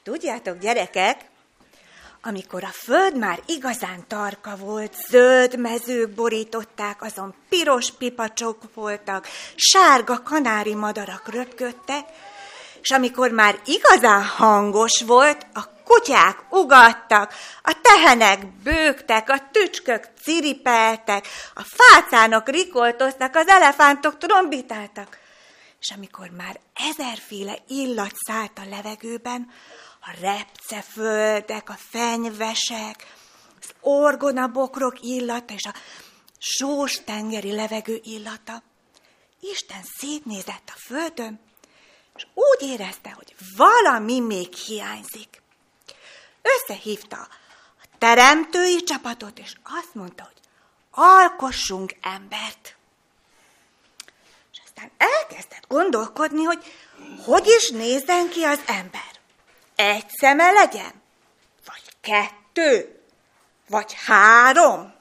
Tudjátok, gyerekek, amikor a föld már igazán tarka volt, zöld mezők borították, azon piros pipacsok voltak, sárga kanári madarak röpködtek, és amikor már igazán hangos volt, a kutyák ugattak, a tehenek bőgtek, a tücskök ciripeltek, a fácánok rikoltoztak, az elefántok trombitáltak. És amikor már ezerféle illat szállt a levegőben, a repceföldek, a fenyvesek, az orgonabokrok illata és a sós tengeri levegő illata, Isten szétnézett a földön, és úgy érezte, hogy valami még hiányzik. Összehívta a teremtői csapatot, és azt mondta, hogy alkossunk embert. És aztán elkezdett gondolkodni, hogy is nézzen ki az ember. Egy szeme legyen? Vagy 2? Vagy 3?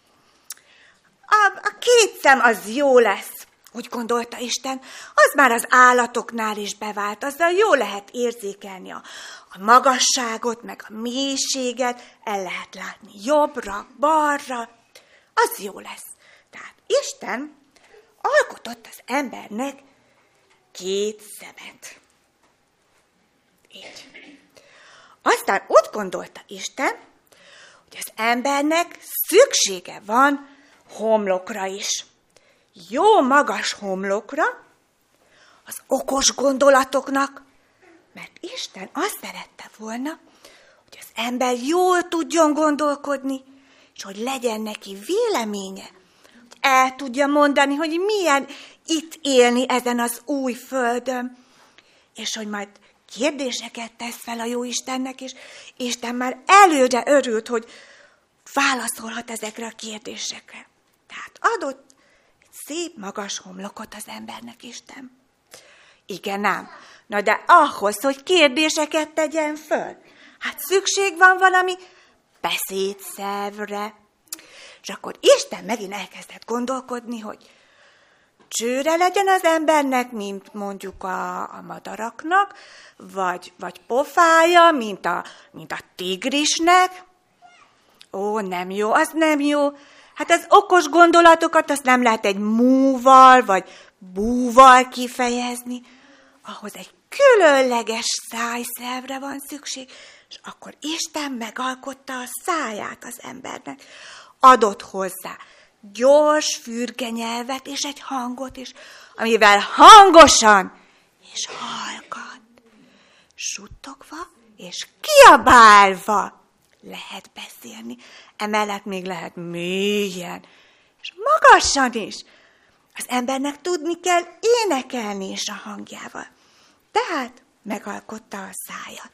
A 2 szem az jó lesz, úgy gondolta Isten. Az már az állatoknál is bevált, azzal jól lehet érzékelni a magasságot, meg a mélységet, el lehet látni jobbra, balra, az jó lesz. Tehát Isten alkotott az embernek 2 szemet. Így. Aztán úgy gondolta Isten, hogy az embernek szüksége van homlokra is. Jó magas homlokra, az okos gondolatoknak, mert Isten azt szerette volna, hogy az ember jól tudjon gondolkodni, és hogy legyen neki véleménye, hogy el tudja mondani, hogy milyen itt élni ezen az új földön, és hogy majd kérdéseket tesz fel a Jóistennek, és Isten már előre örült, hogy válaszolhat ezekre a kérdésekre. Tehát adott egy szép magas homlokot az embernek Isten. Igen ám, na de ahhoz, hogy kérdéseket tegyen föl, hát szükség van valami beszédszervre. És akkor Isten megint elkezdett gondolkodni, hogy csőre legyen az embernek, mint mondjuk a madaraknak, vagy pofája, mint a tigrisnek. Ó, nem jó, az nem jó. Hát az okos gondolatokat azt nem lehet egy múval, vagy búval kifejezni. Ahhoz egy különleges szájszervre van szükség, és akkor Isten megalkotta a száját az embernek. Adott hozzá gyors fürgenyelvet és egy hangot is, amivel hangosan és halkan, suttogva és kiabálva lehet beszélni. Emellett még lehet mélyen és magasan is. Az embernek tudni kell énekelni is a hangjával. Tehát megalkotta a szájat.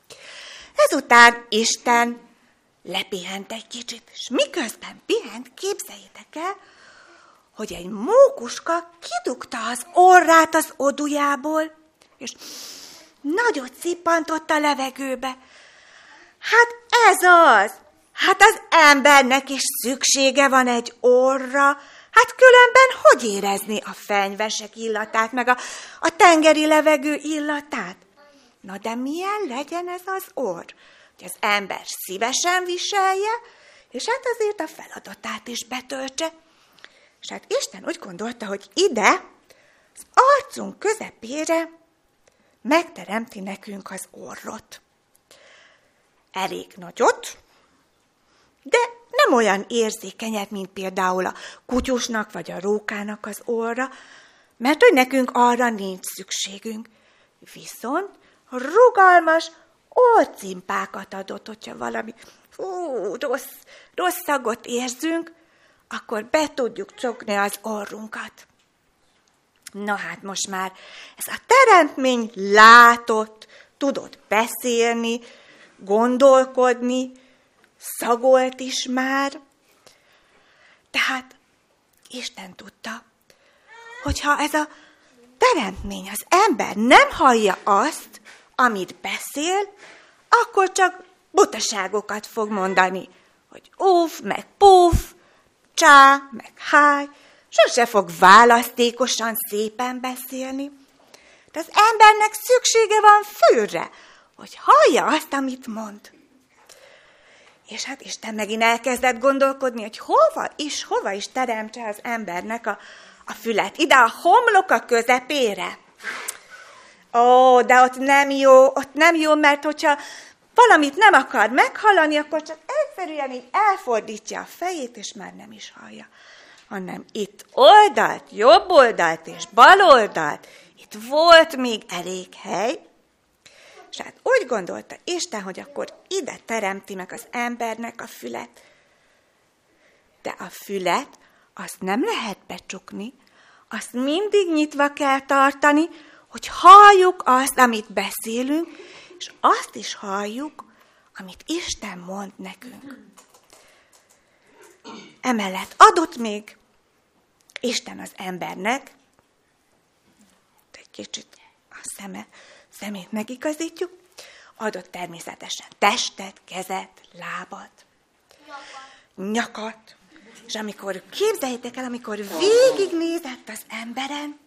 Ezután Isten lepihent egy kicsit, és miközben pihent, képzeljétek el, hogy egy mókuska kidugta az orrát az odujából, és nagyot szippantott a levegőbe. Hát ez az! Hát az embernek is szüksége van egy orra, hát különben hogy érezni a fenyvesek illatát, meg a tengeri levegő illatát? Na de milyen legyen ez az orr? Hogy az ember szívesen viselje, és hát azért a feladatát is betöltse. És hát Isten úgy gondolta, hogy ide, az arcunk közepére megteremti nekünk az orrot. Elég nagyot, de nem olyan érzékenyet, mint például a kutyusnak vagy a rókának az orra, mert hogy nekünk arra nincs szükségünk. Viszont rugalmas orrcimpákat adott, hogyha valami rossz szagot érzünk, akkor be tudjuk csukni az orrunkat. Na hát most már ez a teremtmény látott, tudott beszélni, gondolkodni, szagolt is már. Tehát Isten tudta, hogyha ez a teremtmény, az ember nem hallja azt, amit beszél, akkor csak butaságokat fog mondani, hogy úf, meg puf, csá, meg háj, sose fog választékosan szépen beszélni. De az embernek szüksége van fülre, hogy hallja azt, amit mond. És hát Isten megint elkezdett gondolkodni, hogy hova is teremtse az embernek a fület. Ide a homloka közepére. Ó, de ott nem jó, mert hogyha valamit nem akar meghallani, akkor csak egyszerűen így elfordítja a fejét, és már nem is hallja. Hanem itt oldalt, jobb oldalt és bal oldalt, itt volt még elég hely, és hát úgy gondolta Isten, hogy akkor ide teremti meg az embernek a fület. De a fület, azt nem lehet becsukni, azt mindig nyitva kell tartani, hogy halljuk azt, amit beszélünk, és azt is halljuk, amit Isten mond nekünk. Emellett adott még Isten az embernek, egy kicsit a szemét megigazítjuk, adott természetesen testet, kezet, lábat, nyakat. És amikor, képzeljétek el, amikor végignézett az emberen,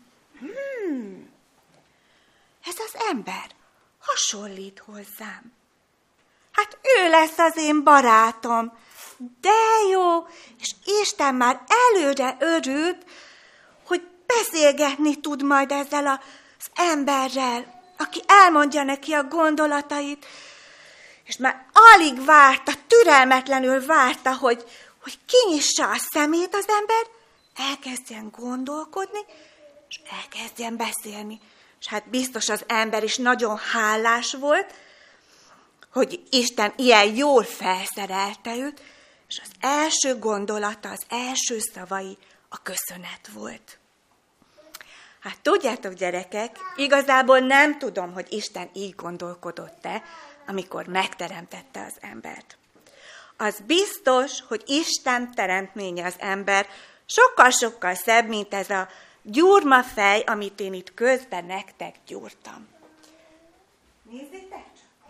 ez az ember hasonlít hozzám. Hát ő lesz az én barátom, de jó, és Isten már előre örült, hogy beszélgetni tud majd ezzel az emberrel, aki elmondja neki a gondolatait, és már alig várta, türelmetlenül várta, hogy kinyissa a szemét az ember, elkezdjen gondolkodni, és elkezdjen beszélni. És hát biztos az ember is nagyon hálás volt, hogy Isten ilyen jól felszerelte őt, és az első gondolata, az első szavai a köszönet volt. Hát tudjátok, gyerekek, igazából nem tudom, hogy Isten így gondolkodott-e, amikor megteremtette az embert. Az biztos, hogy Isten teremtménye az ember sokkal-sokkal szebb, mint ez a gyurmafej, amit én itt közben nektek gyúrtam. Nézzétek csak!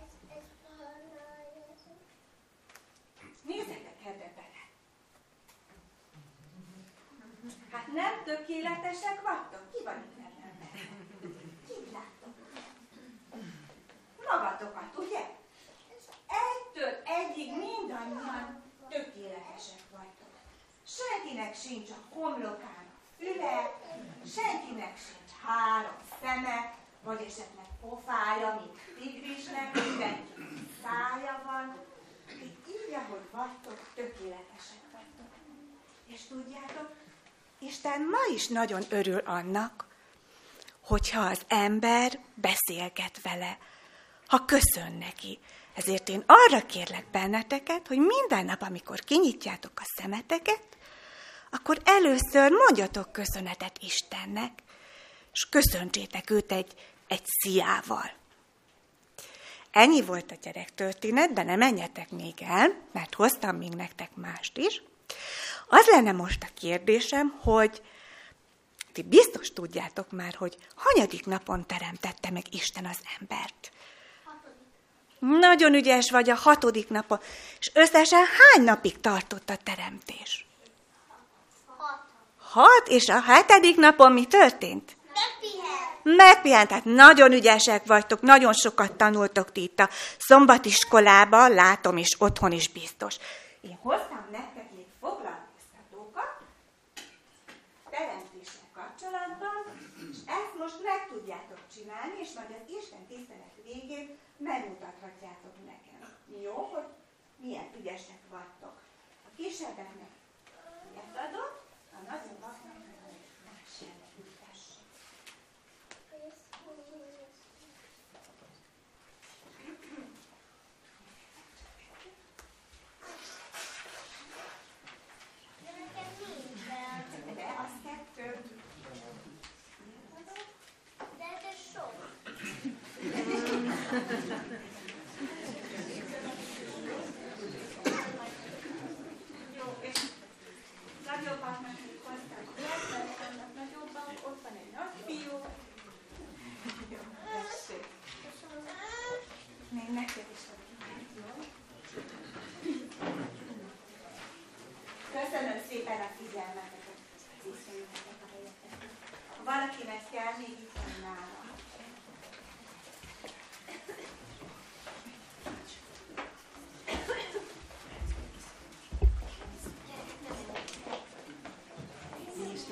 Nézzétek ebbe bele! Hát nem tökéletesek vagytok? Ki van itt ebben? Kit láttok? Magatokat, ugye? Egytől egyig mindannyian tökéletesek vagytok. Senkinek sincs a homlokán a füle, senkinek sincs 3 szeme, vagy esetleg pofája, mint tigrisnek, mindenkinek szája van. Így, ahogy vagytok, tökéletesek vagytok. És tudjátok, Isten ma is nagyon örül annak, hogyha az ember beszélget vele, ha köszön neki. Ezért én arra kérlek benneteket, hogy minden nap, amikor kinyitjátok a szemeteket, akkor először mondjatok köszönetet Istennek, és köszöntsétek őt egy sziával. Ennyi volt a gyerektörténet, de ne menjetek még el, mert hoztam még nektek mást is. Az lenne most a kérdésem, hogy ti biztos tudjátok már, hogy hanyadik napon teremtette meg Isten az embert. Nagyon ügyes vagy, a 6. napon. És összesen hány napig tartott a teremtés? 6. És a 7. napon mi történt? Megpihent. Tehát nagyon ügyesek vagytok, nagyon sokat tanultok ti itt a szombatiskolában, látom, és otthon is biztos. Én hoztam nektek még foglalkoztatókat teremtéssel kapcsolatban, és ezt most meg tudjátok csinálni, és majd az Isten tisztelet végén megmutathatjátok nekem. Jó, hogy milyen ügyesek vagytok. A kisebbeknek ilyet adok, a nagyobbaknak más jellegű tessék. De az 2. De ez sok. Jó, és nagyobbaknak még hoztam vannak nagyobbak, ott van egy nagy fiú. Jó, tessék. Még neked is adjuk, jó? Köszönöm szépen a figyelmeteket. Tiszteljetek a helyeteket. Ha valakinek kell, még itt van nála.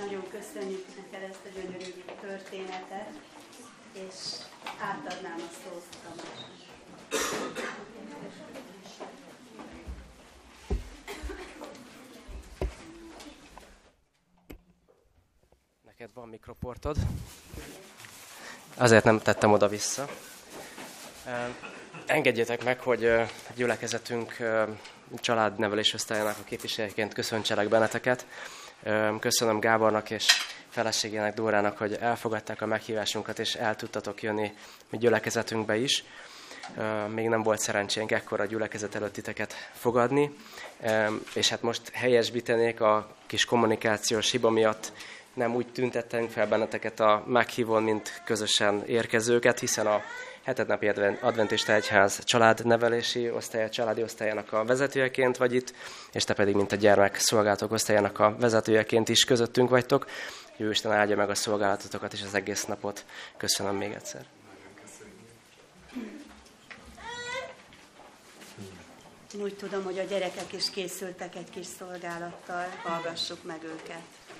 nagyon köszönjük neked ezt a gyönyörű történetet, és átadnám a szót Tamásnak. Neked van mikroportod? Azért nem tettem oda-vissza. Engedjétek meg, hogy a gyülekezetünk családnevelés osztályának a képviselőjeként köszöntselek benneteket. Köszönöm Gábornak és feleségének, Dórának, hogy elfogadták a meghívásunkat, és el tudtatok jönni a gyülekezetünkbe is. Még nem volt szerencsénk ekkora gyülekezet előtt titeket fogadni, és hát most helyesbítenék a kis kommunikációs hiba miatt. Nem úgy tüntettünk fel benneteket a meghívón, mint közösen érkezőket, hiszen a hetednapi adventista egyház családnevelési osztálya, családi osztályának a vezetőjeként vagy itt, és te pedig, mint a gyermekszolgálatok osztályának a vezetőjeként is közöttünk vagytok. Jó Isten áldja meg a szolgálatotokat és az egész napot. Köszönöm még egyszer. Úgy tudom, hogy a gyerekek is készültek egy kis szolgálattal, hallgassuk meg őket.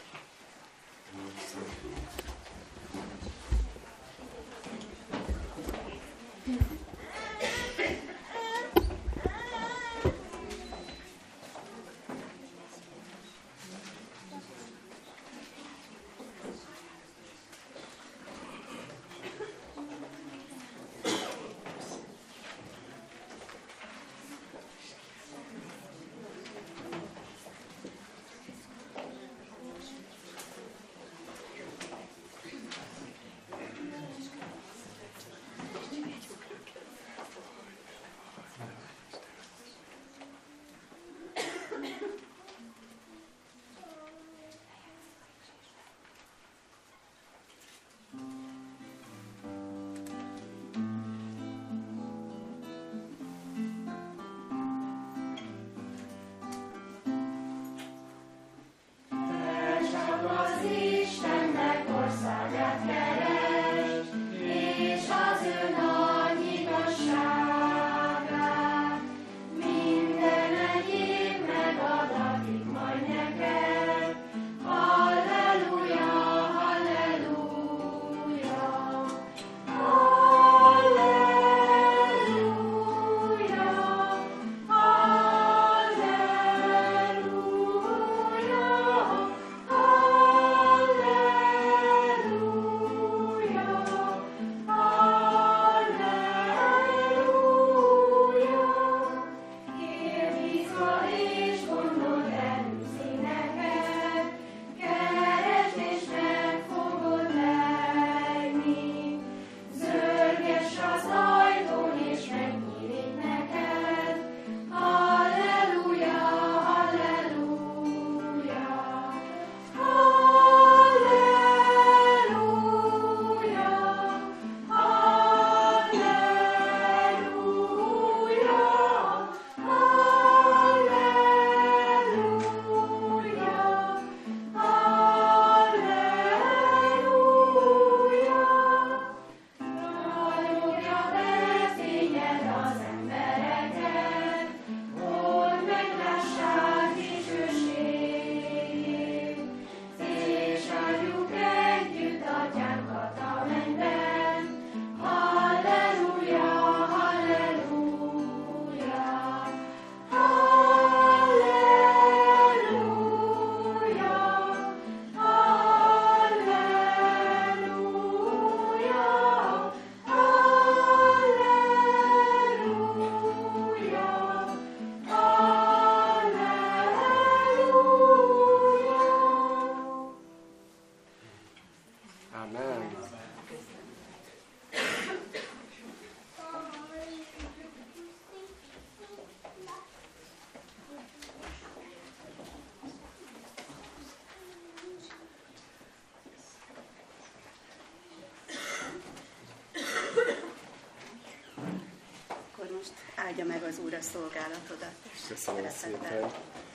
Áldja meg az Úr a szolgálatodat. Köszönöm szépen.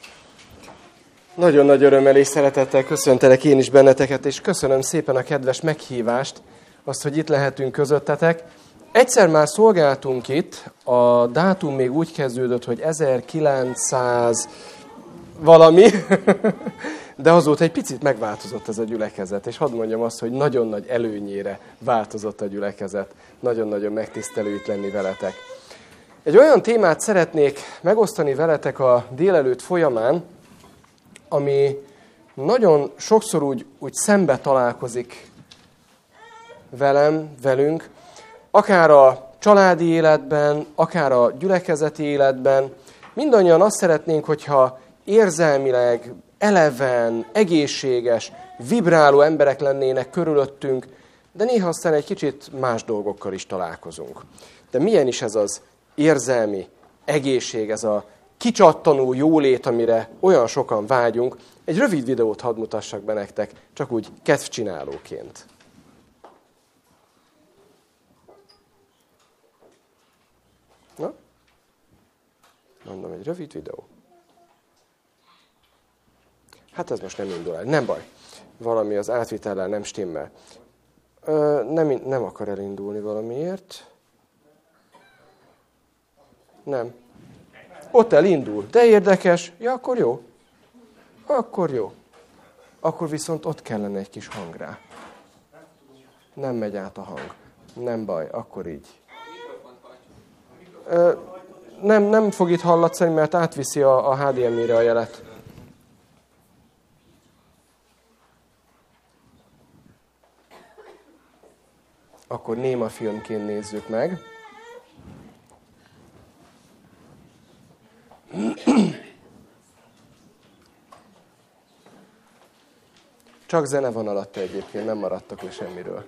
Nagyon nagy örömmel és szeretettel köszöntelek én is benneteket, és köszönöm szépen a kedves meghívást, azt, hogy itt lehetünk közöttetek. Egyszer már szolgáltunk itt, a dátum még úgy kezdődött, hogy 1900 valami, De azóta egy picit megváltozott ez a gyülekezet, és hadd mondjam azt, hogy nagyon nagy előnyére változott a gyülekezet. Nagyon-nagyon megtisztelő itt lenni veletek. Egy olyan témát szeretnék megosztani veletek a délelőtt folyamán, ami nagyon sokszor úgy szembe találkozik velünk, akár a családi életben, akár a gyülekezeti életben. Mindannyian azt szeretnénk, hogyha érzelmileg, eleven, egészséges, vibráló emberek lennének körülöttünk, de néha aztán egy kicsit más dolgokkal is találkozunk. De milyen is ez az érzelmi egészség, ez a kicsattanó jólét, amire olyan sokan vágyunk? Egy rövid videót hadd mutassak be nektek, csak úgy kedvcsinálóként. Na? Mondom, egy rövid videó. Hát ez most nem indul el. Nem baj. Valami az átvitellel nem stimmel. Nem akar elindulni valamiért. Nem. Ott elindul. De érdekes. Ja, akkor jó. Akkor jó. Akkor viszont ott kellene egy kis hang rá. Nem megy át a hang. Nem baj, akkor így. Nem fog itt hallatszani, mert átviszi a HDMI-re a jelet. Akkor néma filmként nézzük meg. Csak zene van alatta egyébként, nem maradtak le semmiről.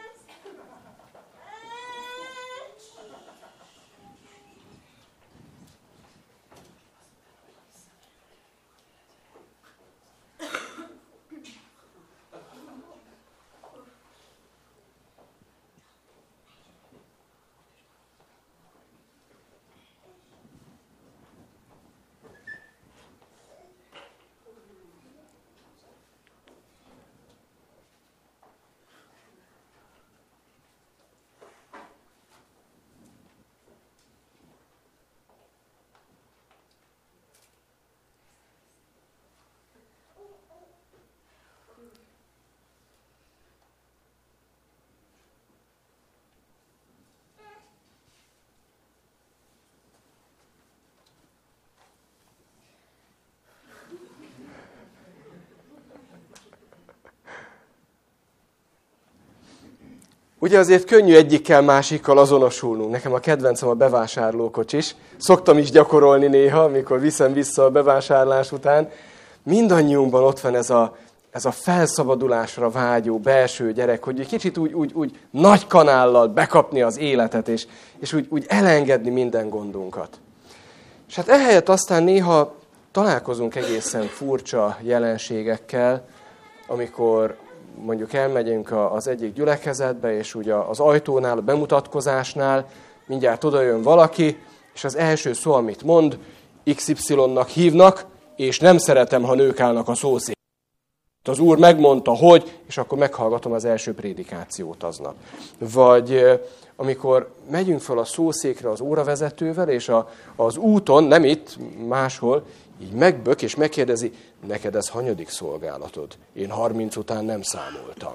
Ugye azért könnyű egyikkel, másikkal azonosulnunk. Nekem a kedvencem a bevásárlókocsis. Szoktam is gyakorolni néha, amikor viszem vissza a bevásárlás után. Mindannyiunkban ott van ez a felszabadulásra vágyó belső gyerek, hogy egy kicsit úgy nagy kanállal bekapni az életet, és úgy elengedni minden gondunkat. És hát ehelyett aztán néha találkozunk egészen furcsa jelenségekkel, amikor mondjuk elmegyünk az egyik gyülekezetbe, és ugye az ajtónál, a bemutatkozásnál mindjárt odajön valaki, és az első szó, amit mond, XY-nak hívnak, és nem szeretem, ha nők állnak a szószéken. Az Úr megmondta, hogy, és akkor meghallgatom az első prédikációt aznap. Vagy amikor megyünk fel a szószékre az óravezetővel, és az úton, nem itt, máshol, így megbök, és megkérdezi, neked ez hanyadik szolgálatod? Én 30 után nem számoltam.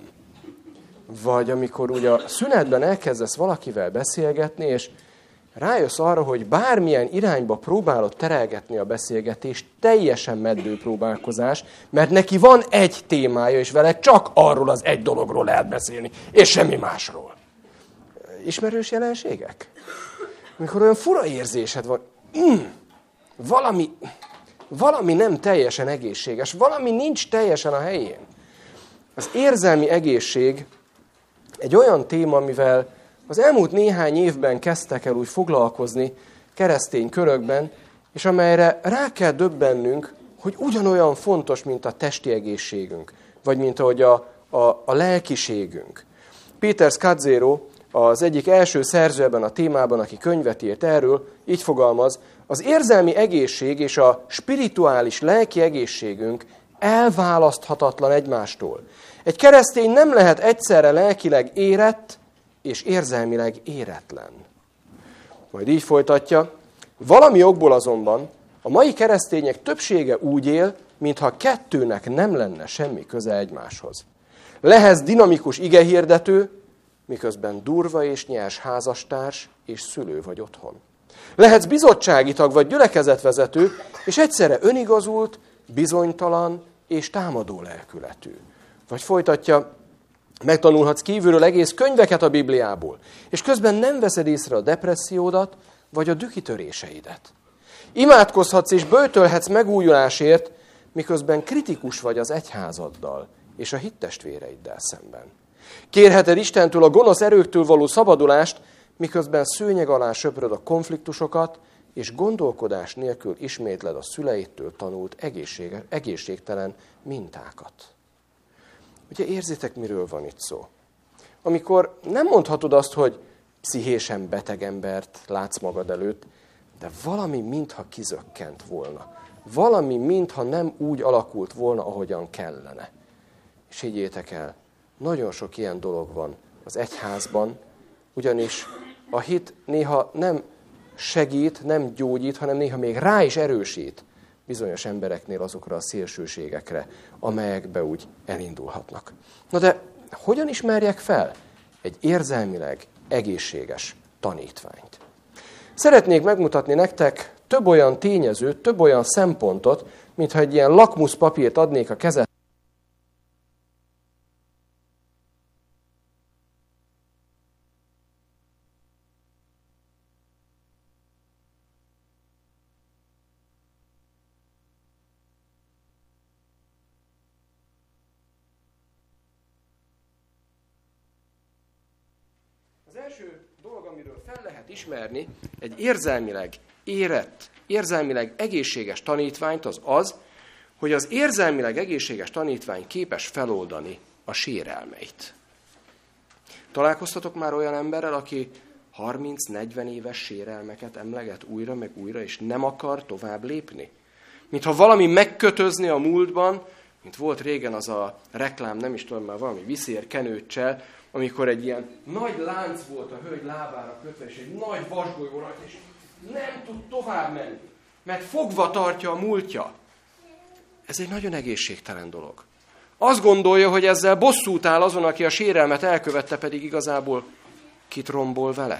Vagy amikor ugye a szünetben elkezdesz valakivel beszélgetni, és rájössz arra, hogy bármilyen irányba próbálod terelgetni a beszélgetést, teljesen meddő próbálkozás, mert neki van egy témája, és vele csak arról az egy dologról lehet beszélni, és semmi másról. Ismerős jelenségek? Amikor olyan fura érzésed van, valami nem teljesen egészséges, valami nincs teljesen a helyén. Az érzelmi egészség egy olyan téma, amivel az elmúlt néhány évben kezdtek el úgy foglalkozni keresztény körökben, és amelyre rá kell döbbennünk, hogy ugyanolyan fontos, mint a testi egészségünk, vagy mint ahogy a lelkiségünk. Peter Scazzero, az egyik első szerző ebben a témában, aki könyvet írt erről, így fogalmaz, az érzelmi egészség és a spirituális lelki egészségünk elválaszthatatlan egymástól. Egy keresztény nem lehet egyszerre lelkileg érett és érzelmileg éretlen. Majd így folytatja, valami okból azonban a mai keresztények többsége úgy él, mintha kettőnek nem lenne semmi köze egymáshoz. Lehetsz dinamikus igehirdető, miközben durva és nyers házastárs és szülő vagy otthon. Lehetsz bizottsági tag vagy gyülekezetvezető, és egyszerre önigazult, bizonytalan és támadó lelkületű. Vagy folytatja, megtanulhatsz kívülről egész könyveket a Bibliából, és közben nem veszed észre a depressziódat, vagy a dühitöréseidet. Imádkozhatsz és böjtölhetsz megújulásért, miközben kritikus vagy az egyházaddal és a hittestvéreiddel szemben. Kérheted Istentől a gonosz erőktől való szabadulást, miközben szőnyeg alá söpröd a konfliktusokat, és gondolkodás nélkül ismétled a szüleitől tanult egészségtelen mintákat. Ugye érzitek, miről van itt szó? Amikor nem mondhatod azt, hogy pszichésen beteg embert látsz magad előtt, de valami mintha kizökkent volna. Valami mintha nem úgy alakult volna, ahogyan kellene. És higgyétek el, nagyon sok ilyen dolog van az egyházban, ugyanis a hit néha nem segít, nem gyógyít, hanem néha még rá is erősít bizonyos embereknél azokra a szélsőségekre, amelyekbe úgy elindulhatnak. Na de hogyan ismerjek fel egy érzelmileg egészséges tanítványt? Szeretnék megmutatni nektek több olyan tényezőt, több olyan szempontot, mintha egy ilyen lakmuszpapírt adnék a kezedbe. Az első dolog, amiről fel lehet ismerni egy érzelmileg érett, érzelmileg egészséges tanítványt, az, hogy az érzelmileg egészséges tanítvány képes feloldani a sérelmeit. Találkoztatok már olyan emberrel, aki 30-40 éves sérelmeket emleget újra meg újra, és nem akar tovább lépni? Mintha valami megkötözni a múltban, mint volt régen az a reklám, nem is tudom már, valami viszérkenőccsel, amikor egy ilyen nagy lánc volt a hölgy lábára kötve, és egy nagy vasgolyó rajta, és nem tud tovább menni, mert fogva tartja a múltja. Ez egy nagyon egészségtelen dolog. Azt gondolja, hogy ezzel bosszút áll azon, aki a sérelmet elkövette, pedig igazából kit rombol vele?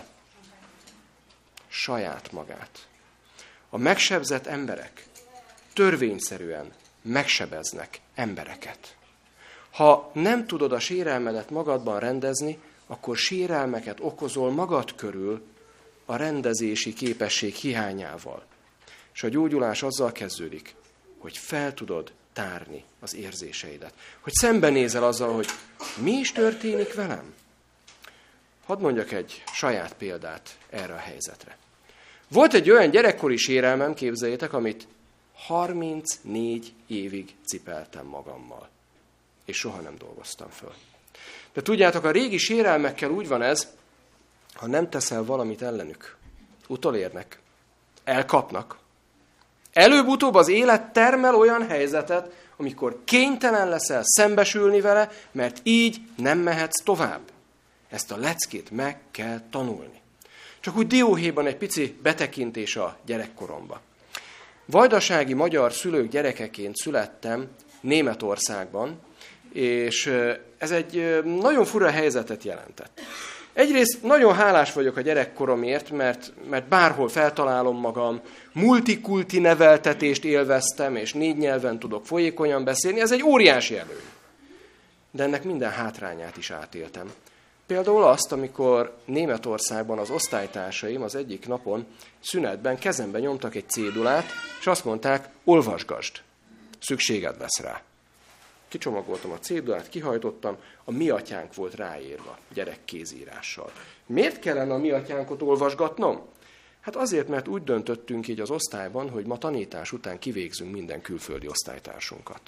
Saját magát. A megsebzett emberek törvényszerűen megsebeznek embereket. Ha nem tudod a sérelmedet magadban rendezni, akkor sérelmeket okozol magad körül a rendezési képesség hiányával. És a gyógyulás azzal kezdődik, hogy fel tudod tárni az érzéseidet. Hogy szembenézel azzal, hogy mi is történik velem. Hadd mondjak egy saját példát erre a helyzetre. Volt egy olyan gyerekkori sérelmem, képzeljétek, amit 34 évig cipeltem magammal. És soha nem dolgoztam föl. De tudjátok, a régi sérelmekkel úgy van ez, ha nem teszel valamit ellenük, utolérnek, elkapnak. Előbb-utóbb az élet termel olyan helyzetet, amikor kénytelen leszel szembesülni vele, mert így nem mehetsz tovább. Ezt a leckét meg kell tanulni. Csak úgy dióhéjban egy pici betekintés a gyerekkoromba. Vajdasági magyar szülők gyerekeként születtem Németországban, és ez egy nagyon fura helyzetet jelentett. Egyrészt nagyon hálás vagyok a gyerekkoromért, mert bárhol feltalálom magam, multikulti neveltetést élveztem, és 4 nyelven tudok folyékonyan beszélni, ez egy óriási előny. De ennek minden hátrányát is átéltem. Például azt, amikor Németországban az osztálytársaim az egyik napon szünetben kezembe nyomtak egy cédulát, és azt mondták, olvasgasd, szükséged lesz rá. Kicsomagoltam a cédulát, kihajtottam, a mi atyánk volt ráírva, gyerekkézírással. Miért kellene a mi atyánkot olvasgatnom? Hát azért, mert úgy döntöttünk így az osztályban, hogy ma tanítás után kivégzünk minden külföldi osztálytársunkat.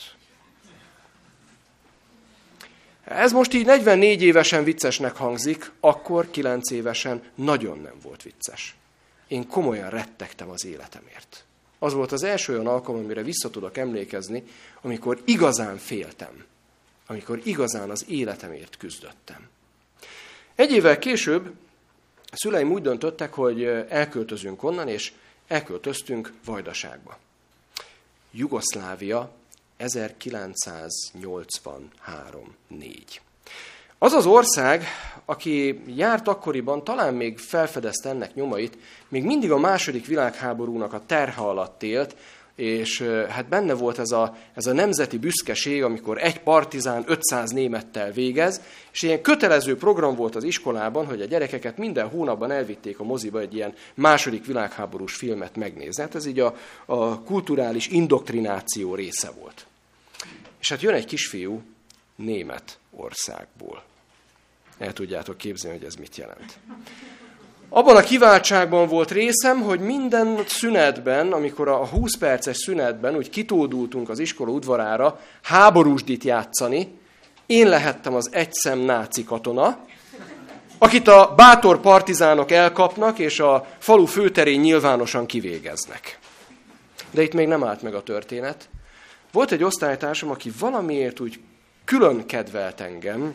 Ez most így 44 évesen viccesnek hangzik, akkor 9 évesen nagyon nem volt vicces. Én komolyan rettegtem az életemért. Az volt az első olyan alkalom, amire vissza tudok emlékezni, amikor igazán féltem, amikor igazán az életemért küzdöttem. 1 évvel később a szüleim úgy döntöttek, hogy elköltözünk onnan, és elköltöztünk Vajdaságba. Jugoszlávia 1983-4. Az az ország, aki járt akkoriban, talán még felfedezte ennek nyomait, még mindig a II. Világháborúnak a terhe alatt élt, és hát benne volt ez a nemzeti büszkeség, amikor egy partizán 500 némettel végez, és ilyen kötelező program volt az iskolában, hogy a gyerekeket minden hónapban elvitték a moziba egy ilyen II. Világháborús filmet megnézni. Hát ez így a kulturális indoktrináció része volt. És hát jön egy kisfiú Németországból. El tudjátok képzelni, hogy ez mit jelent. Abban a kiváltságban volt részem, hogy minden szünetben, amikor a 20 perces szünetben úgy kitódultunk az iskola udvarára háborúsdit játszani, én lehettem az egyszem náci katona, akit a bátor partizánok elkapnak, és a falu főterén nyilvánosan kivégeznek. De itt még nem állt meg a történet. Volt egy osztálytársam, aki valamiért úgy külön kedvelt engem,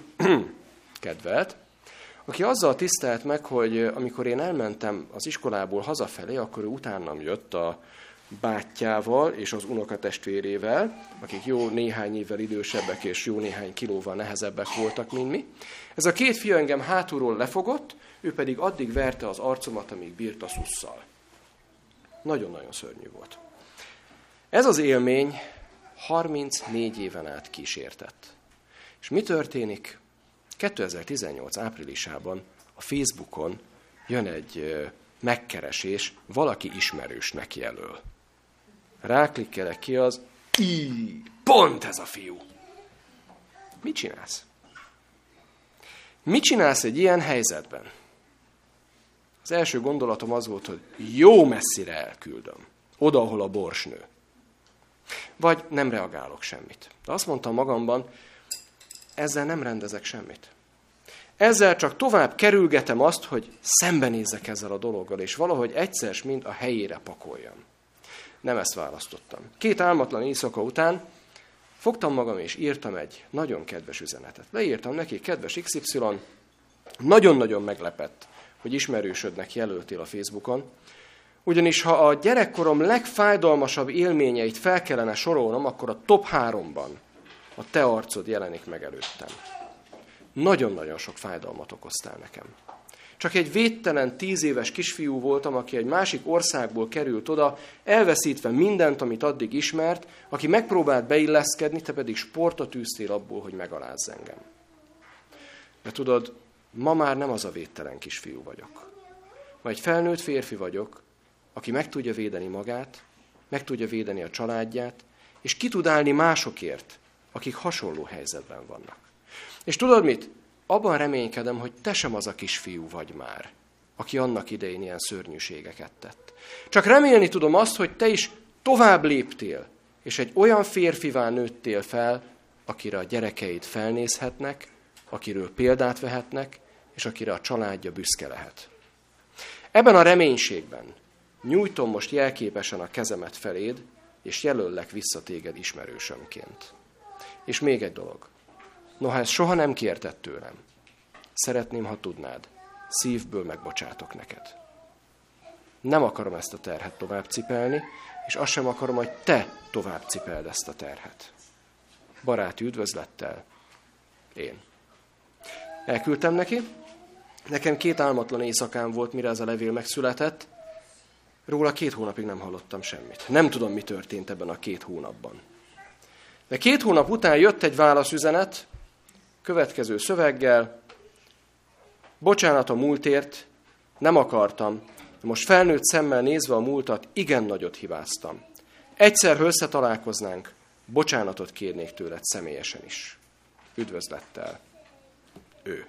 aki azzal tisztelt meg, hogy amikor én elmentem az iskolából hazafelé, akkor ő utánam jött a bátyjával és az unokatestvérével, akik jó néhány évvel idősebbek és jó néhány kilóval nehezebbek voltak, mint mi. Ez a két fiú engem hátulról lefogott, ő pedig addig verte az arcomat, amíg bírt a szusszal. Nagyon-nagyon szörnyű volt. Ez az élmény 34 éven át kísértett. És mi történik? 2018 áprilisában a Facebookon jön egy megkeresés, valaki ismerősnek jelöl. Ráklikkelek ki az, pont ez a fiú. Mit csinálsz? Mit csinálsz egy ilyen helyzetben? Az első gondolatom az volt, hogy jó messzire elküldöm. Oda, ahol a bors nő. Vagy nem reagálok semmit. De azt mondtam magamban, ezzel nem rendezek semmit. Ezzel csak tovább kerülgetem azt, hogy szembenézzek ezzel a dologgal, és valahogy egyszer mind a helyére pakoljam. Nem ezt választottam. 2 álmatlan éjszaka után fogtam magam, és írtam egy nagyon kedves üzenetet. Leírtam neki, kedves XY, nagyon-nagyon meglepett, hogy ismerősödnek jelöltél a Facebookon, ugyanis ha a gyerekkorom legfájdalmasabb élményeit fel kellene sorolnom, akkor a top 3-ban a te arcod jelenik meg előttem. Nagyon-nagyon sok fájdalmat okoztál nekem. Csak egy védtelen 10 éves kisfiú voltam, aki egy másik országból került oda, elveszítve mindent, amit addig ismert, aki megpróbált beilleszkedni, te pedig sportot űztél abból, hogy megalázz engem. De tudod, ma már nem az a védtelen kisfiú vagyok. Ma egy felnőtt férfi vagyok, aki meg tudja védeni magát, meg tudja védeni a családját, és ki tud állni másokért, akik hasonló helyzetben vannak. És tudod mit? Abban reménykedem, hogy te sem az a kisfiú vagy már, aki annak idején ilyen szörnyűségeket tett. Csak remélni tudom azt, hogy te is tovább léptél, és egy olyan férfivá nőttél fel, akire a gyerekeid felnézhetnek, akiről példát vehetnek, és akire a családja büszke lehet. Ebben a reménységben nyújtom most jelképesen a kezemet feléd, és jelöllek vissza téged ismerősömként. És még egy dolog. Noha ezt soha nem kérted tőlem, szeretném, ha tudnád, szívből megbocsátok neked. Nem akarom ezt a terhet tovább cipelni, és azt sem akarom, hogy te tovább cipeld ezt a terhet. Baráti üdvözlettel, én. Elküldtem neki, nekem 2 álmatlan éjszakám volt, mire ez a levél megszületett, róla 2 hónapig nem hallottam semmit. Nem tudom, mi történt ebben a 2 hónapban. De 2 hónap után jött egy válaszüzenet, következő szöveggel, bocsánat a múltért, nem akartam, de most felnőtt szemmel nézve a múltat, igen nagyot hibáztam. Egyszer, ha összetalálkoznánk, bocsánatot kérnék tőled személyesen is. Üdvözlettel. Ő.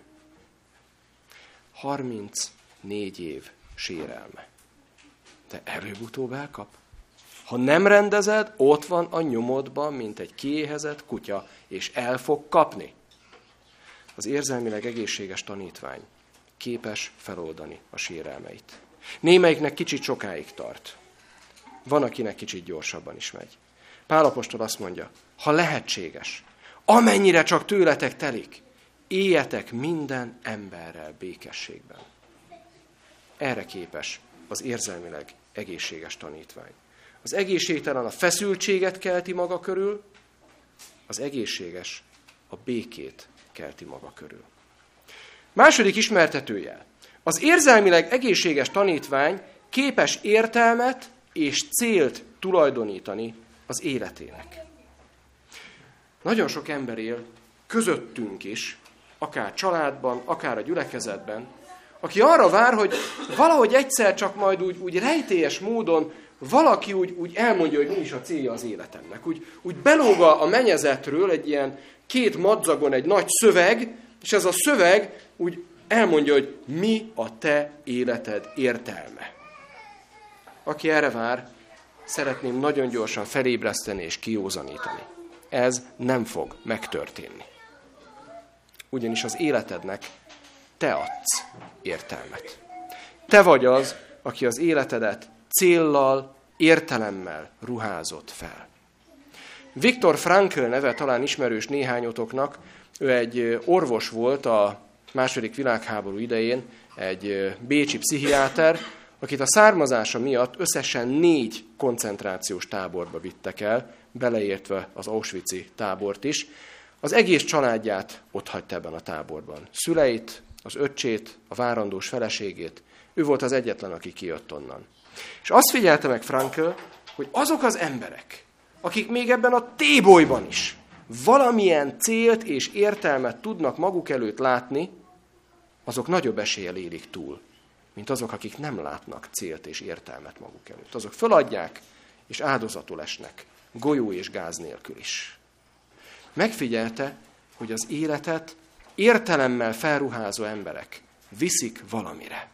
34 év sérelme. De előbb-utóbb elkap. Ha nem rendezed, ott van a nyomodban, mint egy kiéhezett kutya, és el fog kapni. Az érzelmileg egészséges tanítvány képes feloldani a sérelmeit. Némelyiknek kicsit sokáig tart. Van, akinek kicsit gyorsabban is megy. Pál apostol azt mondja, ha lehetséges, amennyire csak tőletek telik, éljetek minden emberrel békességben. Erre képes az érzelmileg egészséges tanítvány. Az egészségtelen a feszültséget kelti maga körül, az egészséges a békét kelti maga körül. Második ismertetőjel. Az érzelmileg egészséges tanítvány képes értelmet és célt tulajdonítani az életének. Nagyon sok ember él közöttünk is, akár családban, akár a gyülekezetben, aki arra vár, hogy valahogy egyszer csak majd úgy rejtélyes módon valaki úgy elmondja, hogy mi is a célja az életemnek. Úgy belóg a mennyezetről egy ilyen 2 madzagon egy nagy szöveg, és ez a szöveg úgy elmondja, hogy mi a te életed értelme. Aki erre vár, szeretném nagyon gyorsan felébreszteni és kiózanítani. Ez nem fog megtörténni. Ugyanis az életednek te adsz értelmet. Te vagy az, aki az életedet céllal, értelemmel ruházott fel. Viktor Frankl neve talán ismerős néhányotoknak, ő egy orvos volt a II. Világháború idején, egy bécsi pszichiáter, akit a származása miatt összesen 4 koncentrációs táborba vittek el, beleértve az auschwitzi tábort is. Az egész családját otthagyta ebben a táborban. Szüleit, az öccsét, a várandós feleségét. Ő volt az egyetlen, aki kijött onnan. És azt figyelte meg Frankl, hogy azok az emberek, akik még ebben a tébolyban is valamilyen célt és értelmet tudnak maguk előtt látni, azok nagyobb eséllyel élik túl, mint azok, akik nem látnak célt és értelmet maguk előtt. Azok föladják, és áldozatul esnek, golyó és gáz nélkül is. Megfigyelte, hogy az életet értelemmel felruházó emberek viszik valamire.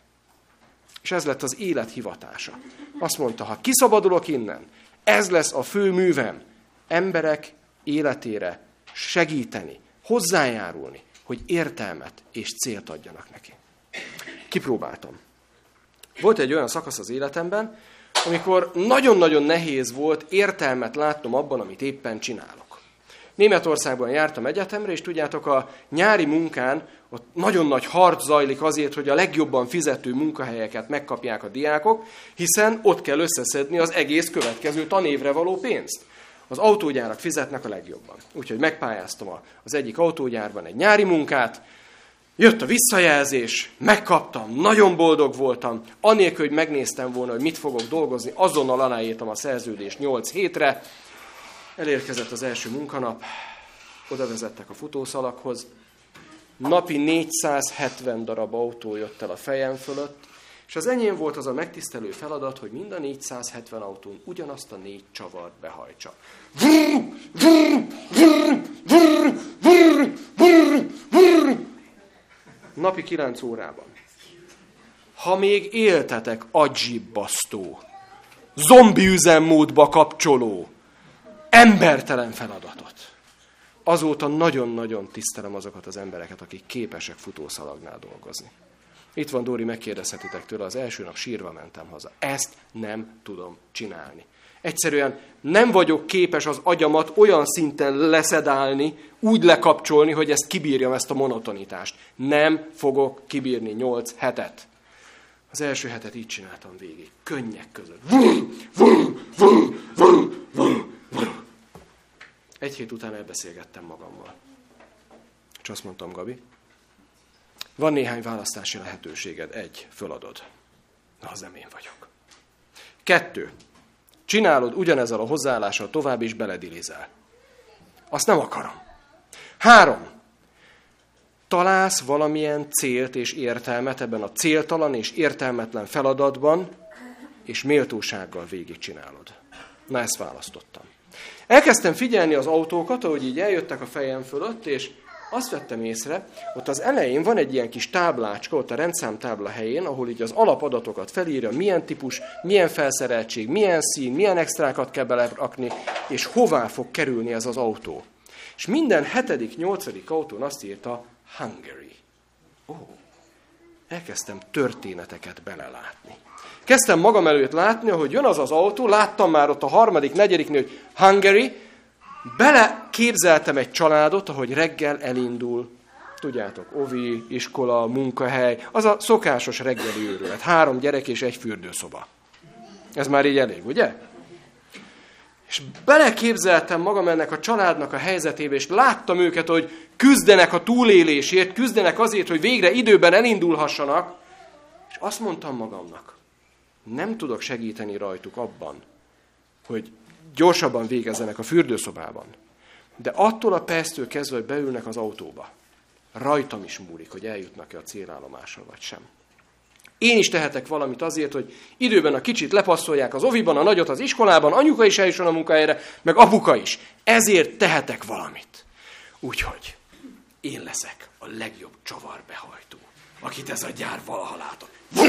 És ez lett az élet hivatása. Azt mondta, ha kiszabadulok innen, ez lesz a fő művem, emberek életére segíteni, hozzájárulni, hogy értelmet és célt adjanak neki. Kipróbáltam. Volt egy olyan szakasz az életemben, amikor nagyon-nagyon nehéz volt értelmet látnom abban, amit éppen csinálok. Németországban jártam egyetemre, és tudjátok, a nyári munkán ott nagyon nagy harc zajlik azért, hogy a legjobban fizető munkahelyeket megkapják a diákok, hiszen ott kell összeszedni az egész következő tanévre való pénzt. Az autógyárak fizetnek a legjobban. Úgyhogy megpályáztam az egyik autógyárban egy nyári munkát, jött a visszajelzés, megkaptam, nagyon boldog voltam, anélkül, hogy megnéztem volna, hogy mit fogok dolgozni, azonnal aláírtam a szerződést 8 hétre, elérkezett az első munkanap, oda vezettek a futószalaghoz, napi 470 darab autó jött el a fejem fölött, és az enyém volt az a megtisztelő feladat, hogy mind a 470 autón ugyanazt a 4 csavart behajtsa. Napi 9 órában. Ha még éltetek, agyzsibbasztó, zombi üzemmódba kapcsoló, embertelen feladatot. Azóta nagyon-nagyon tisztelem azokat az embereket, akik képesek futószalagnál dolgozni. Itt van Dóri, megkérdezhetitek tőle, az első nap sírva mentem haza. Ezt nem tudom csinálni. Egyszerűen nem vagyok képes az agyamat olyan szinten leszedálni, úgy lekapcsolni, hogy ezt kibírjam, ezt a monotonitást. Nem fogok kibírni 8 hetet. Az első hetet így csináltam végig, könnyek között. Egy hét után elbeszélgettem magammal. És azt mondtam, Gabi, van néhány választási lehetőséged. 1, föladod. Na, az nem én vagyok. 2, csinálod ugyanezzel a hozzáállással tovább, és beledilizel. Azt nem akarom. 3, találsz valamilyen célt és értelmet ebben a céltalan és értelmetlen feladatban, és méltósággal végigcsinálod. Na, ezt választottam. Elkezdtem figyelni az autókat, ahogy így eljöttek a fejem fölött, és azt vettem észre, ott az elején van egy ilyen kis táblácska, ott a rendszámtábla helyén, ahol így az alapadatokat felírja, milyen típus, milyen felszereltség, milyen szín, milyen extrákat kell belerakni, és hová fog kerülni ez az autó. És minden 7., 8. autón azt írta Hungary. Elkezdtem történeteket belelátni. Kezdtem magam előtt látni, hogy jön az az autó, láttam már ott a 3., 4. hogy Hungary, beleképzeltem egy családot, ahogy reggel elindul. Tudjátok, ovi, iskola, munkahely, az a szokásos reggeli őrület. 3 gyerek és 1 fürdőszoba. Ez már így elég, ugye? És beleképzeltem magam ennek a családnak a helyzetébe, és láttam őket, hogy küzdenek a túlélésért, küzdenek azért, hogy végre időben elindulhassanak, és azt mondtam magamnak, nem tudok segíteni rajtuk abban, hogy gyorsabban végezzenek a fürdőszobában. De attól a perctől kezdve, hogy beülnek az autóba, rajtam is múlik, hogy eljutnak-e a célállomásra, vagy sem. Én is tehetek valamit azért, hogy időben a kicsit lepasszolják az oviban, a nagyot az iskolában, anyuka is eljusson a munkahelyre, meg apuka is. Ezért tehetek valamit. Úgyhogy én leszek a legjobb csavarbehajtó, akit ez a gyár valaha látott.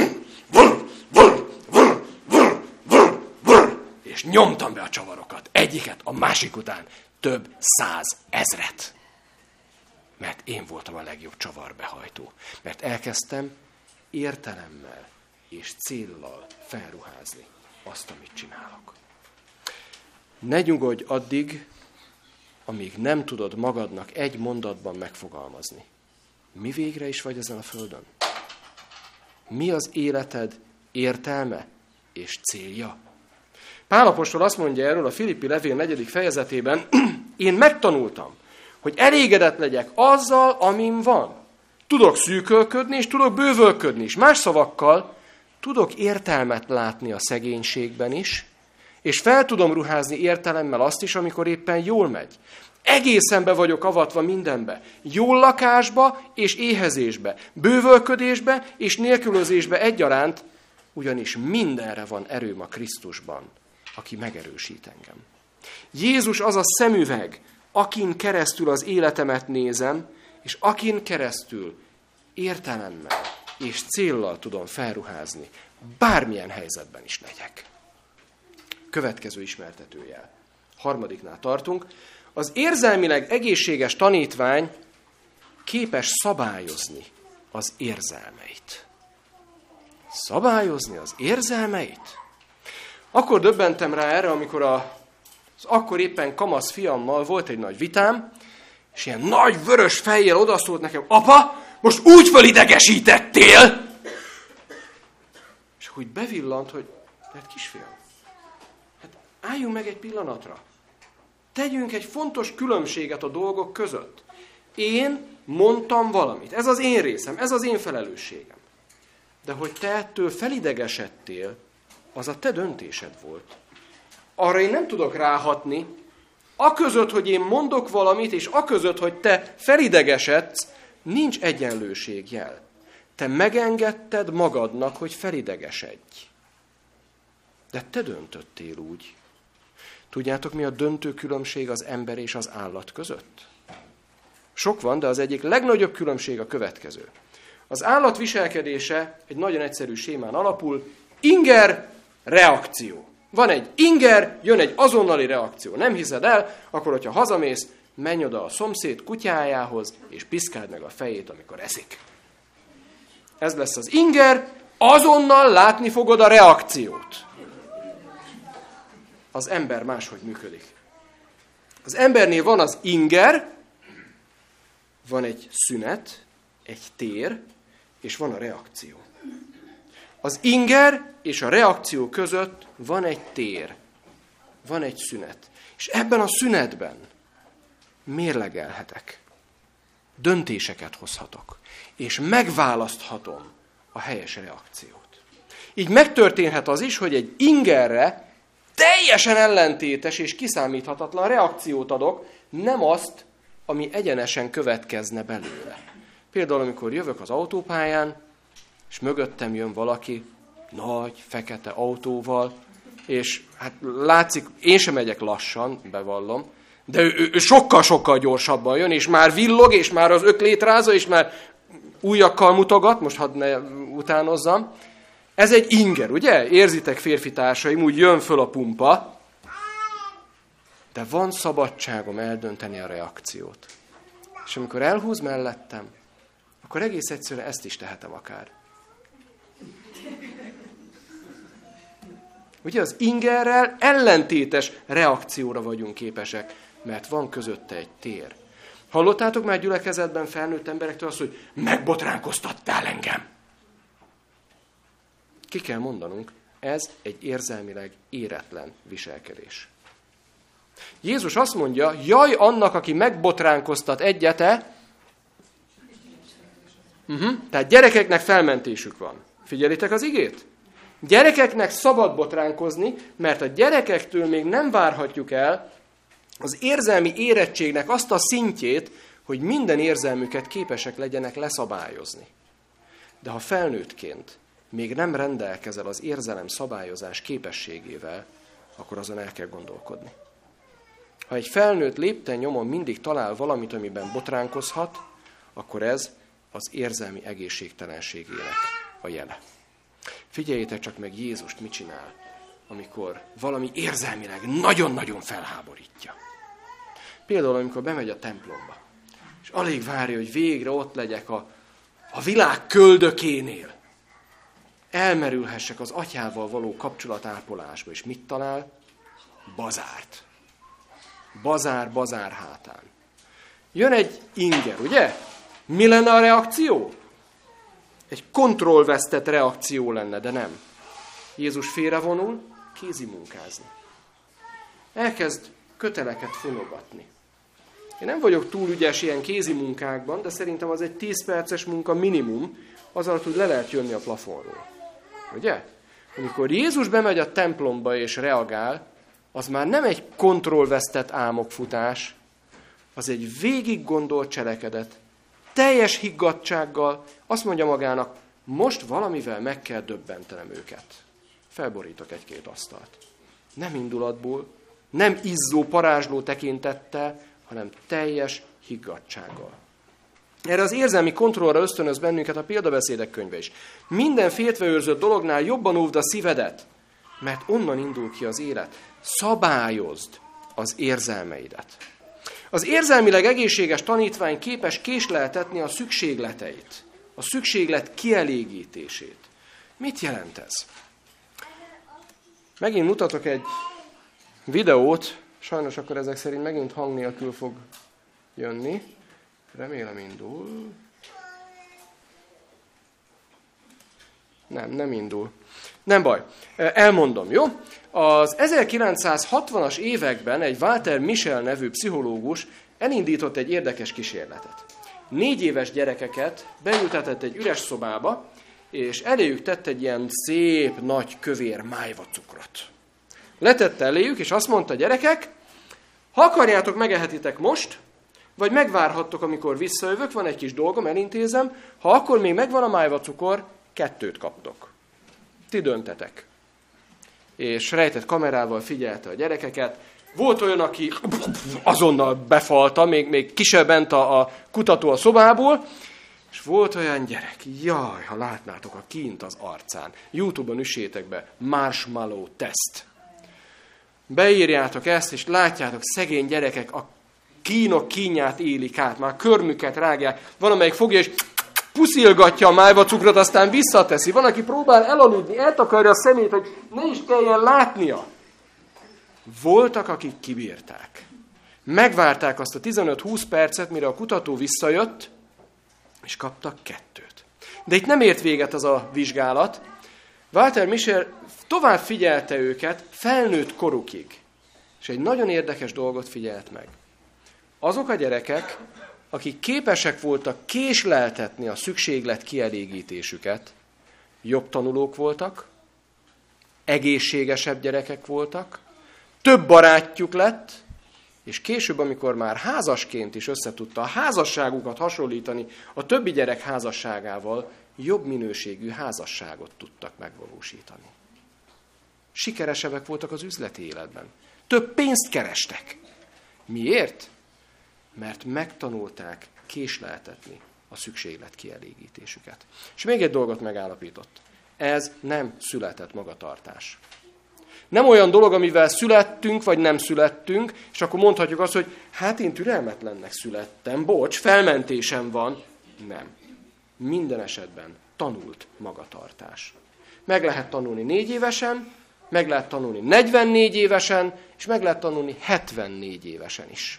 És nyomtam be a csavarokat, egyiket a másik után, több 100 000. Mert én voltam a legjobb csavarbehajtó. Mert elkezdtem értelemmel és céllal felruházni azt, amit csinálok. Ne nyugodj addig, amíg nem tudod magadnak egy mondatban megfogalmazni. Mi végre is vagy ezen a földön? Mi az életed értelme és célja? Pál apostol azt mondja erről a Filippi levél 4. fejezetében, én megtanultam, hogy elégedett legyek azzal, amin van. Tudok szűkölködni, és tudok bővölködni is. Más szavakkal, tudok értelmet látni a szegénységben is, és fel tudom ruházni értelemmel azt is, amikor éppen jól megy. Egészen be vagyok avatva mindenbe. Jól lakásba és éhezésbe, bővölködésbe és nélkülözésbe egyaránt, ugyanis mindenre van erőm a Krisztusban, aki megerősít engem. Jézus az a szemüveg, akin keresztül az életemet nézem, és akin keresztül értelemmel és céllal tudom felruházni, bármilyen helyzetben is legyek. Következő ismertetőjel. 3. tartunk. Az érzelmileg egészséges tanítvány képes szabályozni az érzelmeit. Szabályozni az érzelmeit? Akkor döbbentem rá erre, amikor az akkor éppen kamasz fiammal volt egy nagy vitám, és ilyen nagy vörös fejjel odaszólt nekem, apa, most úgy fölidegesítettél! És úgy bevillant, hogy hát kisfiam, hát álljunk meg egy pillanatra. Tegyünk egy fontos különbséget a dolgok között. Én mondtam valamit. Ez az én részem, ez az én felelősségem. De hogy te ettől felidegesedtél, az a te döntésed volt. Arra én nem tudok ráhatni, aközött, hogy én mondok valamit, és aközött, hogy te felidegesedsz, nincs egyenlőségjel. Te megengedted magadnak, hogy felidegesedj. De te döntöttél úgy. Tudjátok, mi a döntő különbség az ember és az állat között? Sok van, de az egyik legnagyobb különbség a következő. Az állat viselkedése egy nagyon egyszerű sémán alapul, inger, reakció. Van egy inger, jön egy azonnali reakció. Nem hiszed el, akkor, hogyha hazamész, menj oda a szomszéd kutyájához, és piszkáld meg a fejét, amikor eszik. Ez lesz az inger, azonnal látni fogod a reakciót. Az ember máshogy működik. Az embernél van az inger, van egy szünet, egy tér, és van a reakció. Az inger és a reakció között van egy tér, van egy szünet. És ebben a szünetben mérlegelhetek, döntéseket hozhatok, és megválaszthatom a helyes reakciót. Így megtörténhet az is, hogy egy ingerre teljesen ellentétes és kiszámíthatatlan reakciót adok, nem azt, ami egyenesen következne belőle. Például, amikor jövök az autópályán, és mögöttem jön valaki nagy, fekete autóval, és hát látszik, én sem megyek lassan, bevallom, de ő sokkal-sokkal gyorsabban jön, és már villog, és már az öklét rázza, és már ujjakkal mutogat, most hadd ne utánozzam. Ez egy inger, ugye? Érzitek, férfi társaim, úgy jön föl a pumpa, de van szabadságom eldönteni a reakciót. És amikor elhúz mellettem, akkor egész egyszerűen ezt is tehetem akár. Ugye az ingerrel ellentétes reakcióra vagyunk képesek, mert van közötte egy tér. Hallottátok már gyülekezetben felnőtt emberektől azt, hogy megbotránkoztattál engem? Ki kell mondanunk, ez egy érzelmileg éretlen viselkedés. Jézus azt mondja, jaj annak, aki megbotránkoztat egyete, tehát gyerekeknek felmentésük van. Figyelitek az igét? Gyerekeknek szabad botránkozni, mert a gyerekektől még nem várhatjuk el az érzelmi érettségnek azt a szintjét, hogy minden érzelmüket képesek legyenek leszabályozni. De ha felnőttként még nem rendelkezel az érzelem szabályozás képességével, akkor azon el kell gondolkodni. Ha egy felnőtt lépten nyomon mindig talál valamit, amiben botránkozhat, akkor ez az érzelmi egészségtelenségének a jele. Figyeljétek csak meg Jézust mit csinál, amikor valami érzelmileg nagyon-nagyon felháborítja. Például, amikor bemegy a templomba, és alig várja, hogy végre ott legyek a világ köldökénél. Elmerülhessek az atyával való kapcsolatápolásba, és mit talál? Bazárt. Bazár hátán. Jön egy inger, ugye? Mi lenne a reakció? Egy kontrollvesztett reakció lenne, de nem. Jézus félrevonul, kézimunkázni. Elkezd köteleket fonogatni. Én nem vagyok túl ügyes ilyen kézimunkákban, de szerintem az egy 10 perces munka minimum, az alatt, hogy le lehet jönni a plafonról. Ugye? Amikor Jézus bemegy a templomba és reagál, az már nem egy kontrollvesztett álmokfutás, az egy végig gondolt cselekedet, teljes higgadtsággal azt mondja magának, most valamivel meg kell döbbentenem őket. Felborítok egy-két asztalt. Nem indulatból, nem izzó, parázsló tekintettel, hanem teljes higgadtsággal. Erre az érzelmi kontrollra ösztönöz bennünket a példabeszédek könyve is. Minden féltveőrzött dolognál jobban óvd a szívedet, mert onnan indul ki az élet. Szabályozd az érzelmeidet. Az érzelmileg egészséges tanítvány képes késleltetni a szükségleteit, a szükséglet kielégítését. Mit jelent ez? Megint mutatok egy videót, sajnos akkor ezek szerint megint hang nélkül fog jönni. Remélem indul. Nem indul. Nem baj. Elmondom, jó? Az 1960-as években egy Walter Mischel nevű pszichológus elindított egy érdekes kísérletet. 4 éves gyerekeket beültetett egy üres szobába, és eléjük tett egy ilyen szép, nagy, kövér májvacukrot. Letette eléjük, és azt mondta, gyerekek, ha akarjátok, megehetitek most, vagy megvárhattok, amikor visszajövök, van egy kis dolgom, elintézem, ha akkor még megvan a májvacukor, 2 kaptok. Ti döntetek. És rejtett kamerával figyelte a gyerekeket. Volt olyan, aki azonnal befalta, még ki se bent a kutató a szobából, és volt olyan gyerek, jaj, ha látnátok a kint az arcán. YouTube-on üssétek be, marshmallow test. Beírjátok ezt, és látjátok, szegény gyerekek a kínok kínját élik át, már körmüket rágják, van, amelyik fogja, és puszilgatja a májvacukrot, aztán visszateszi. Van, aki próbál elaludni, eltakarja a szemét, hogy ne is kelljen látnia. Voltak, akik kibírták. Megvárták azt a 15-20 percet, mire a kutató visszajött, és kaptak 2. De itt nem ért véget az a vizsgálat. Walter Mischel tovább figyelte őket felnőtt korukig. És egy nagyon érdekes dolgot figyelt meg. Azok a gyerekek, akik képesek voltak késleltetni a szükséglet kielégítésüket, jobb tanulók voltak, egészségesebb gyerekek voltak, több barátjuk lett, és később, amikor már házasként is összetudta a házasságukat hasonlítani a többi gyerek házasságával, jobb minőségű házasságot tudtak megvalósítani. Sikeresebbek voltak az üzleti életben. Több pénzt kerestek. Miért? Mert megtanulták késleltetni a szükséglet kielégítésüket. És még egy dolgot megállapított. Ez nem született magatartás. Nem olyan dolog, amivel születtünk, vagy nem születtünk, és akkor mondhatjuk azt, hogy hát én türelmetlennek születtem, bocs, felmentésem van. Nem. Minden esetben tanult magatartás. Meg lehet tanulni 4 évesen, meg lehet tanulni 44 évesen, és meg lehet tanulni 74 évesen is.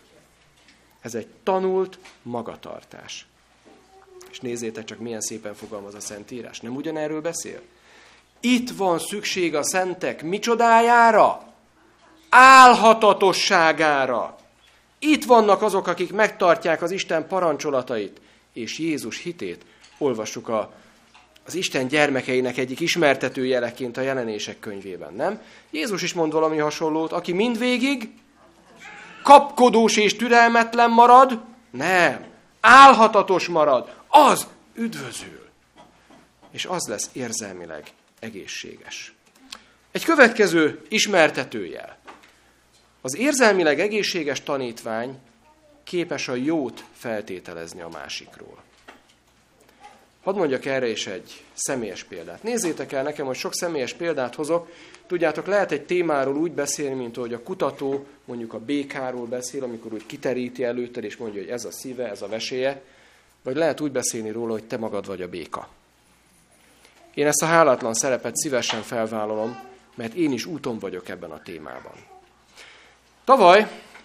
Ez egy tanult magatartás. És nézzétek csak, milyen szépen fogalmaz a Szentírás. Nem ugyanerről beszél? Itt van szükség a szentek micsodájára? álhatatosságára. Itt vannak azok, akik megtartják az Isten parancsolatait és Jézus hitét. Olvassuk az Isten gyermekeinek egyik ismertető jeleként a Jelenések könyvében, nem? Jézus is mond valami hasonlót, aki mindvégig kapkodós és türelmetlen marad, nem, álhatatos marad, az üdvözül. És az lesz érzelmileg egészséges. Egy következő ismertetőjel. Az érzelmileg egészséges tanítvány képes a jót feltételezni a másikról. Hadd mondjak erre is egy személyes példát. Nézzétek el nekem, hogy sok személyes példát hozok. Tudjátok, lehet egy témáról úgy beszélni, mint ahogy a kutató mondjuk a békáról beszél, amikor úgy kiteríti előtted, és mondja, hogy ez a szíve, ez a veséje. Vagy lehet úgy beszélni róla, hogy te magad vagy a béka. Én ezt a hálátlan szerepet szívesen felvállalom, mert én is úton vagyok ebben a témában. Tavaly,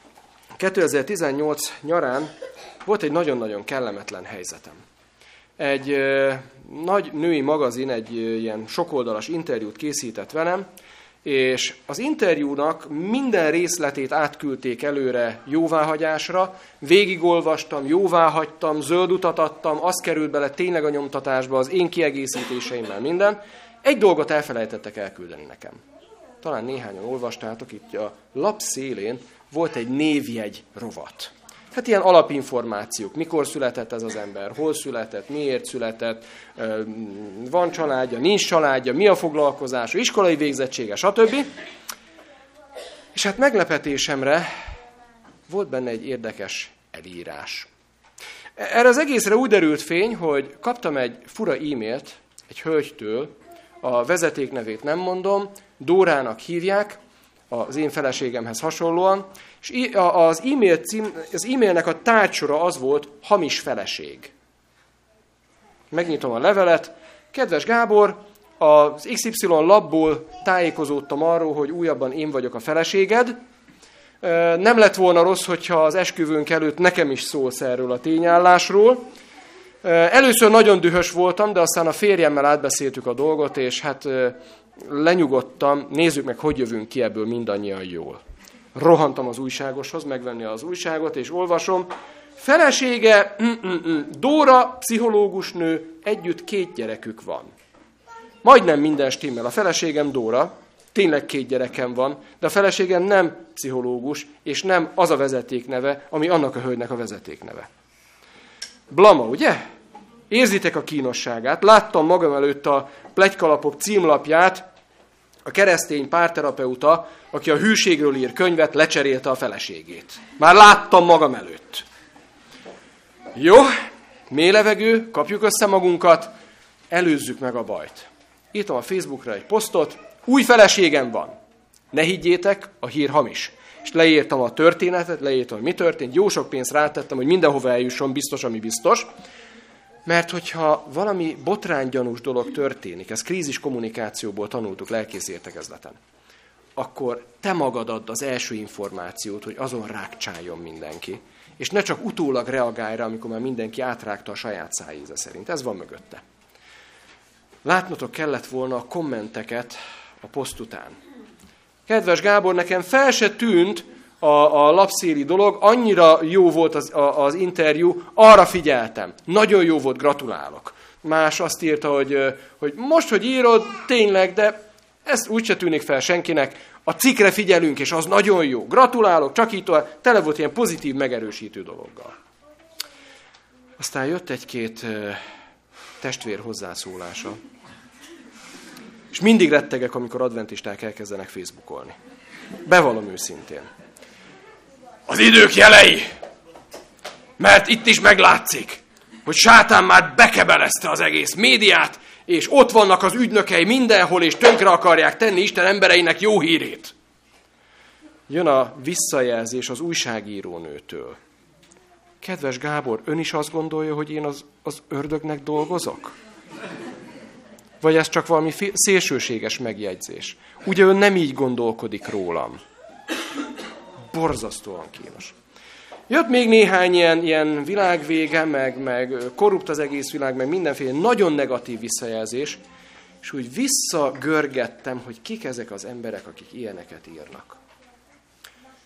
2018 nyarán volt egy nagyon-nagyon kellemetlen helyzetem. Egy nagy női magazin egy ilyen sokoldalas interjút készített velem, és az interjúnak minden részletét átküldték előre jóváhagyásra, végigolvastam, jóváhagytam, zöld utat adtam, az került bele tényleg a nyomtatásba, az én kiegészítéseimmel minden. Egy dolgot elfelejtettek elküldeni nekem. Talán néhányan olvastátok, itt a lap szélén volt egy névjegy rovat. Hát ilyen alapinformációk, mikor született ez az ember, hol született, miért született, van családja, nincs családja, mi a foglalkozása, iskolai végzettsége, stb. És hát meglepetésemre volt benne egy érdekes elírás. Erre az egészre úgy derült fény, hogy kaptam egy fura e-mailt egy hölgytől, a vezetéknevét nem mondom, Dórának hívják, az én feleségemhez hasonlóan, és az e-mailnek a tárgysora az volt, hamis feleség. Megnyitom a levelet. Kedves Gábor, az XY labból tájékozódtam arról, hogy újabban én vagyok a feleséged. Nem lett volna rossz, hogyha az esküvőnk előtt nekem is szólsz erről a tényállásról. Először nagyon dühös voltam, de aztán a férjemmel átbeszéltük a dolgot, és hát lenyugodtam, nézzük meg, hogy jövünk ki ebből mindannyian jól. Rohantam az újságoshoz, megvenni az újságot, és olvasom. Felesége, Dóra, pszichológus nő, együtt 2 gyerekük van. Majdnem minden stimmel. A feleségem Dóra, tényleg 2 gyerekem van, de a feleségem nem pszichológus, és nem az a vezetékneve, ami annak a hölgynek a vezetékneve. Blama, ugye? Érzitek a kínosságát. Láttam magam előtt a Pletykalapok címlapját, a keresztény párterapeuta, aki a hűségről ír könyvet, lecserélte a feleségét. Már láttam magam előtt. Jó, mély levegő, kapjuk össze magunkat, előzzük meg a bajt. Írtam a Facebookra egy posztot, új feleségem van. Ne higgyétek, a hír hamis. És leírtam a történetet, leírtam, hogy mi történt, jó sok pénzt rátettem, hogy mindenhova eljusson, biztos, ami biztos. Mert hogyha valami botránygyanús dolog történik, ezt krízis kommunikációból tanultuk lelkész értekezleten, akkor te magad add az első információt, hogy azon rákcsáljon mindenki, és ne csak utólag reagálj rá, amikor már mindenki átrágta a saját szájíze szerint. Ez van mögötte. Látnotok kellett volna a kommenteket a poszt után. Kedves Gábor, nekem fel se tűnt a lapszéli dolog, annyira jó volt az interjú, arra figyeltem. Nagyon jó volt, gratulálok. Más azt írta, hogy most, hogy írod, tényleg, de ezt úgyse tűnik fel senkinek. A cikkre figyelünk, és az nagyon jó. Gratulálok, csak így tovább. Tele volt ilyen pozitív, megerősítő dologgal. Aztán jött egy-két testvér hozzászólása. És mindig rettegek, amikor adventisták elkezdenek Facebookolni. Bevallom őszintén. Az idők jelei! Mert itt is meglátszik, hogy sátán már bekebelezte az egész médiát, és ott vannak az ügynökei mindenhol, és tönkre akarják tenni Isten embereinek jó hírét. Jön a visszajelzés az újságírónőtől. Kedves Gábor, ön is azt gondolja, hogy én az ördögnek dolgozok? Vagy ez csak valami szélsőséges megjegyzés? Ugye ön nem így gondolkodik rólam? Borzasztóan kínos. Jött még néhány ilyen világvége, meg korrupt az egész világ, meg mindenféle nagyon negatív visszajelzés, és úgy visszagörgettem, hogy kik ezek az emberek, akik ilyeneket írnak.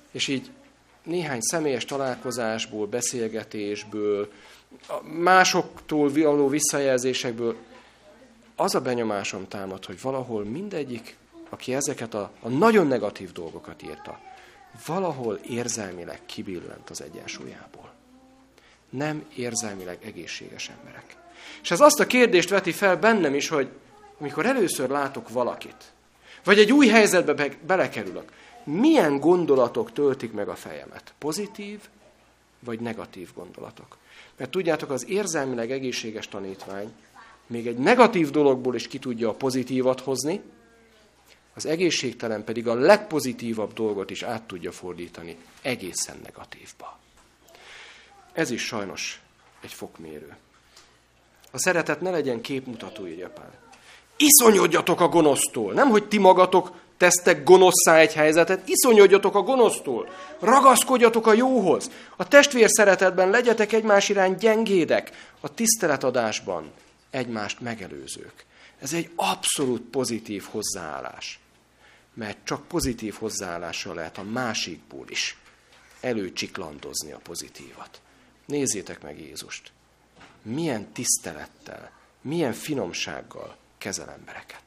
és így néhány személyes találkozásból, beszélgetésből, másoktól való visszajelzésekből az a benyomásom támad, hogy valahol mindegyik, aki ezeket a nagyon negatív dolgokat írta, valahol érzelmileg kibillent az egyensúlyából. Nem érzelmileg egészséges emberek. És ez azt a kérdést veti fel bennem is, hogy amikor először látok valakit, vagy egy új helyzetbe belekerülök, milyen gondolatok töltik meg a fejemet? Pozitív vagy negatív gondolatok? Mert tudjátok, az érzelmileg egészséges tanítvány még egy negatív dologból is ki tudja a pozitívat hozni, az egészségtelen pedig a legpozitívabb dolgot is át tudja fordítani egészen negatívba. Ez is sajnos egy fokmérő. A szeretet ne legyen képmutató, írja Pál. Iszonyodjatok a gonosztól. Nem, hogy ti magatok tesztek gonoszszá egy helyzetet, iszonyodjatok a gonosztól. Ragaszkodjatok a jóhoz. A testvér szeretetben legyetek egymás iránt gyengédek. A tiszteletadásban egymást megelőzők. Ez egy abszolút pozitív hozzáállás. Mert csak pozitív hozzáállással lehet a másikból is előcsiklandozni a pozitívat. Nézzétek meg Jézust. Milyen tisztelettel, milyen finomsággal kezel embereket.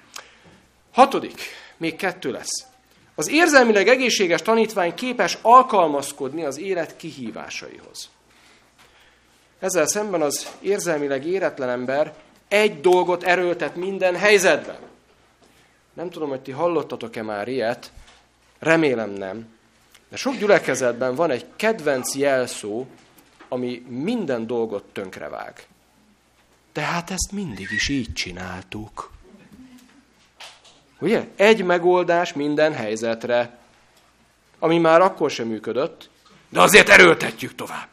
6. Még 2 lesz. Az érzelmileg egészséges tanítvány képes alkalmazkodni az élet kihívásaihoz. Ezzel szemben az érzelmileg éretlen ember egy dolgot erőltet minden helyzetben. Nem tudom, hogy ti hallottatok-e már ilyet, remélem nem, de sok gyülekezetben van egy kedvenc jelszó, ami minden dolgot tönkrevág. Tehát ezt mindig is így csináltuk. Ugye? Egy megoldás minden helyzetre, ami már akkor sem működött, de azért erőltetjük tovább.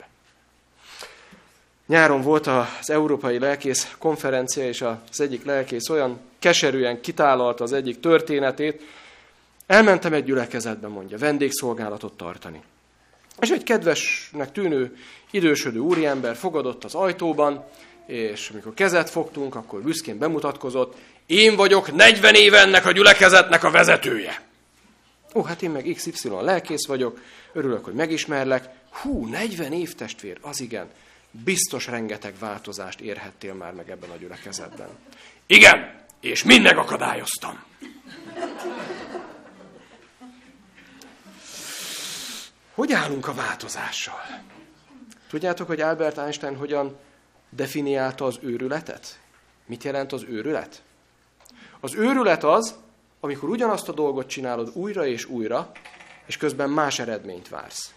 Nyáron volt az Európai Lelkész konferencia, és az egyik lelkész olyan keserűen kitálalta az egyik történetét. Elmentem egy gyülekezetbe, mondja, vendégszolgálatot tartani. És egy kedvesnek tűnő, idősödő úriember fogadott az ajtóban, és amikor kezet fogtunk, akkor büszkén bemutatkozott, én vagyok 40 éve ennek a gyülekezetnek a vezetője. Ó, hát én meg XY lelkész vagyok, örülök, hogy megismerlek. 40 év testvér, az igen. Biztos rengeteg változást érhettél már meg ebben a gyülekezetben. Igen, és mind megakadályoztam. Hogy állunk a változással? Tudjátok, hogy Albert Einstein hogyan definiálta az őrületet? Mit jelent az őrület? Az őrület az, amikor ugyanazt a dolgot csinálod újra és újra, és közben más eredményt vársz.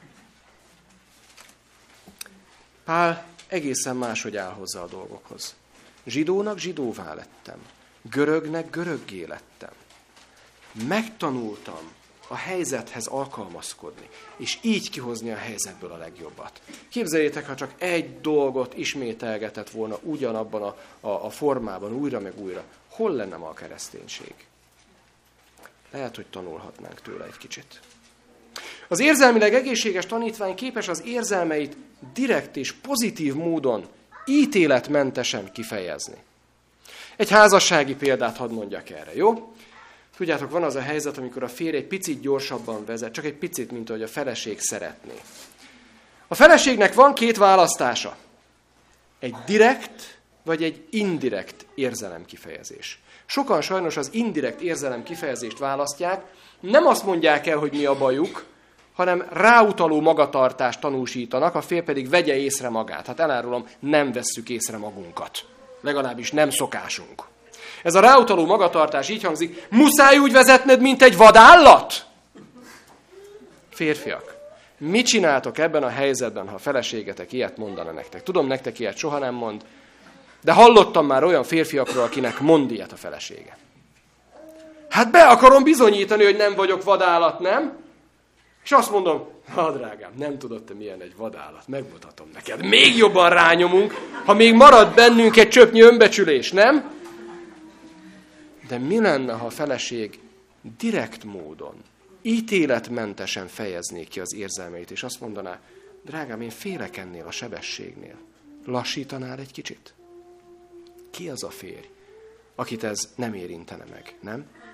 Pál egészen máshogy áll hozzá a dolgokhoz. Zsidónak zsidóvá lettem, görögnek göröggé lettem. Megtanultam a helyzethez alkalmazkodni, és így kihozni a helyzetből a legjobbat. Képzeljétek, ha csak egy dolgot ismételgetett volna ugyanabban a formában, újra meg újra. Hol lenne ma a kereszténység? Lehet, hogy tanulhatnánk tőle egy kicsit. Az érzelmileg egészséges tanítvány képes az érzelmeit direkt és pozitív módon, ítéletmentesen kifejezni. Egy házassági példát hadd mondjak erre, jó? Tudjátok, van az a helyzet, amikor a férj egy picit gyorsabban vezet, csak egy picit, mint ahogy a feleség szeretné. A feleségnek van 2 választása. Egy direkt, vagy egy indirekt érzelemkifejezés. Sokan sajnos az indirekt érzelemkifejezést választják, nem azt mondják el, hogy mi a bajuk, hanem ráutaló magatartást tanúsítanak, a férj pedig vegye észre magát. Hát elárulom, nem vesszük észre magunkat. Legalábbis nem szokásunk. Ez a ráutaló magatartás így hangzik, muszáj úgy vezetned, mint egy vadállat? Férfiak, mit csináltok ebben a helyzetben, ha a feleségetek ilyet mondana nektek? Tudom, nektek ilyet soha nem mond, de hallottam már olyan férfiakról, akinek mond ilyet a felesége. Hát be akarom bizonyítani, hogy nem vagyok vadállat, nem? És azt mondom, drágám, nem tudod te milyen egy vadállat, megmutatom neked. Még jobban rányomunk, ha még marad bennünk egy csöpnyi önbecsülés, nem? De mi lenne, ha a feleség direkt módon, ítéletmentesen fejezné ki az érzelmeit, és azt mondaná, drágám, én félek ennél a sebességnél. Lassítanál egy kicsit? Ki az a férj, akit ez nem érintene meg, nem?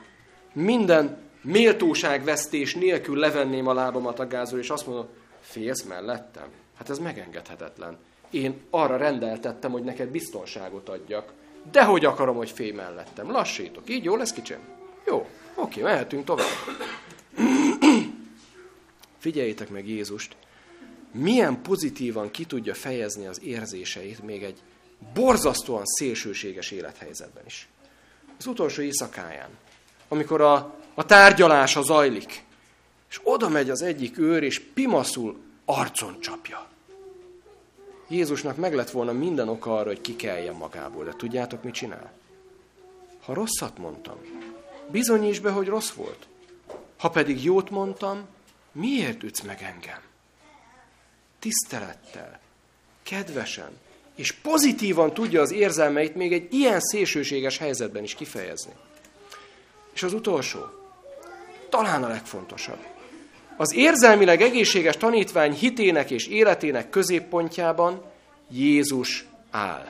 minden méltóságvesztés nélkül levenném a lábamat a gázról, és azt mondom, félsz mellettem? Hát ez megengedhetetlen. Én arra rendeltettem, hogy neked biztonságot adjak. De hogy akarom, hogy félj mellettem? Lassítok. Így jó lesz, kicsém? Jó. Oké, mehetünk tovább. Figyeljétek meg Jézust, milyen pozitívan ki tudja fejezni az érzéseit még egy borzasztóan szélsőséges élethelyzetben is. Az utolsó éjszakáján, amikor a tárgyalása zajlik, és oda megy az egyik őr, és pimaszul arcon csapja. Jézusnak meg lett volna minden oka arra, hogy kikeljen magából, de tudjátok, mit csinál? Ha rosszat mondtam, bizonyíts be, hogy rossz volt. Ha pedig jót mondtam, miért ütsz meg engem? Tisztelettel, kedvesen és pozitívan tudja az érzelmeit még egy ilyen szélsőséges helyzetben is kifejezni. És az utolsó, talán a legfontosabb. Az érzelmileg egészséges tanítvány hitének és életének középpontjában Jézus áll.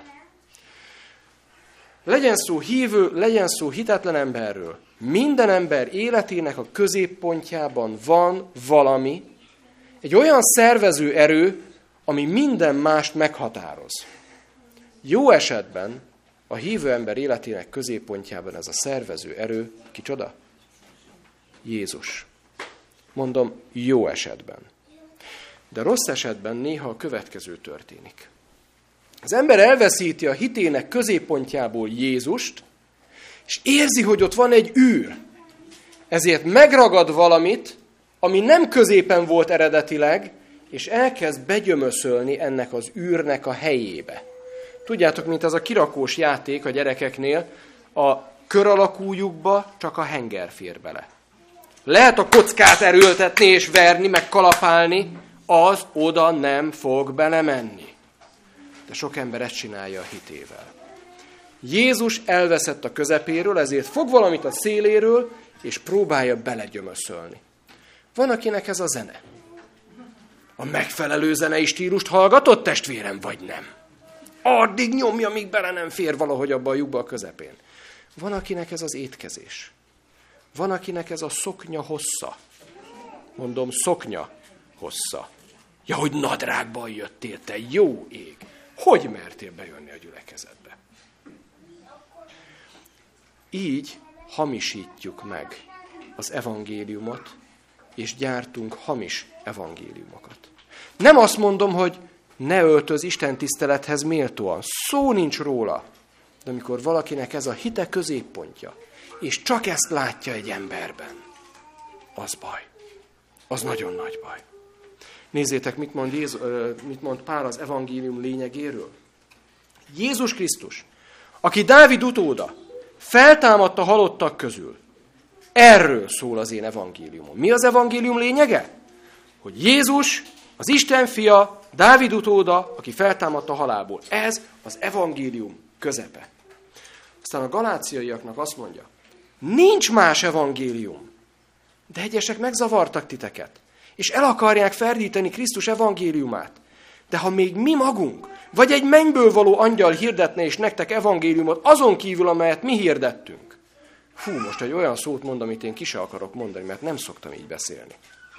Legyen szó hívő, legyen szó hitetlen emberről. Minden ember életének a középpontjában van valami, egy olyan szervező erő, ami minden mást meghatároz. Jó esetben a hívő ember életének középpontjában ez a szervező erő, kicsoda? Jézus. Mondom, jó esetben. De rossz esetben néha a következő történik. Az ember elveszíti a hitének középpontjából Jézust, és érzi, hogy ott van egy űr. Ezért megragad valamit, ami nem középen volt eredetileg, és elkezd begyömöszölni ennek az űrnek a helyébe. Tudjátok, mint az a kirakós játék a gyerekeknél, a kör alakú lyukba csak a henger fér bele. Lehet a kockát erőltetni és verni, meg kalapálni, az oda nem fog belemenni. De sok ember ezt csinálja a hitével. Jézus elveszett a közepéről, ezért fog valamit a széléről, és próbálja belegyömöszölni. Van, akinek ez a zene. A megfelelő zenei stílust hallgatott, testvérem, vagy nem? Addig nyomja, míg bele nem fér valahogy abba a lyukba a közepén. Van, akinek ez az étkezés. Van, akinek ez a szoknya hossza. Mondom, szoknya hossza. Ja, hogy nadrágban jöttél, te jó ég. Hogy mertél bejönni a gyülekezetbe? Így hamisítjuk meg az evangéliumot, és gyártunk hamis evangéliumokat. Nem azt mondom, hogy ne öltöz Isten tisztelethez méltóan. Szó nincs róla. De amikor valakinek ez a hite középpontja, és csak ezt látja egy emberben, az baj. Az nagyon nagy baj. Nézzétek, mit mond Pál az evangélium lényegéről. Jézus Krisztus, aki Dávid utóda, feltámadt a halottak közül. Erről szól az én evangéliumom. Mi az evangélium lényege? Hogy Jézus, az Isten fia, Dávid utóda, aki feltámadt a halálból. Ez az evangélium közepe. Aztán a galáciaiaknak azt mondja, nincs más evangélium. De egyesek megzavartak titeket, és el akarják ferdíteni Krisztus evangéliumát. De ha még mi magunk, vagy egy mennyből való angyal hirdetne és nektek evangéliumot, azon kívül, amelyet mi hirdettünk. Fú, most egy olyan szót mond, amit én ki se akarok mondani, mert nem szoktam így beszélni.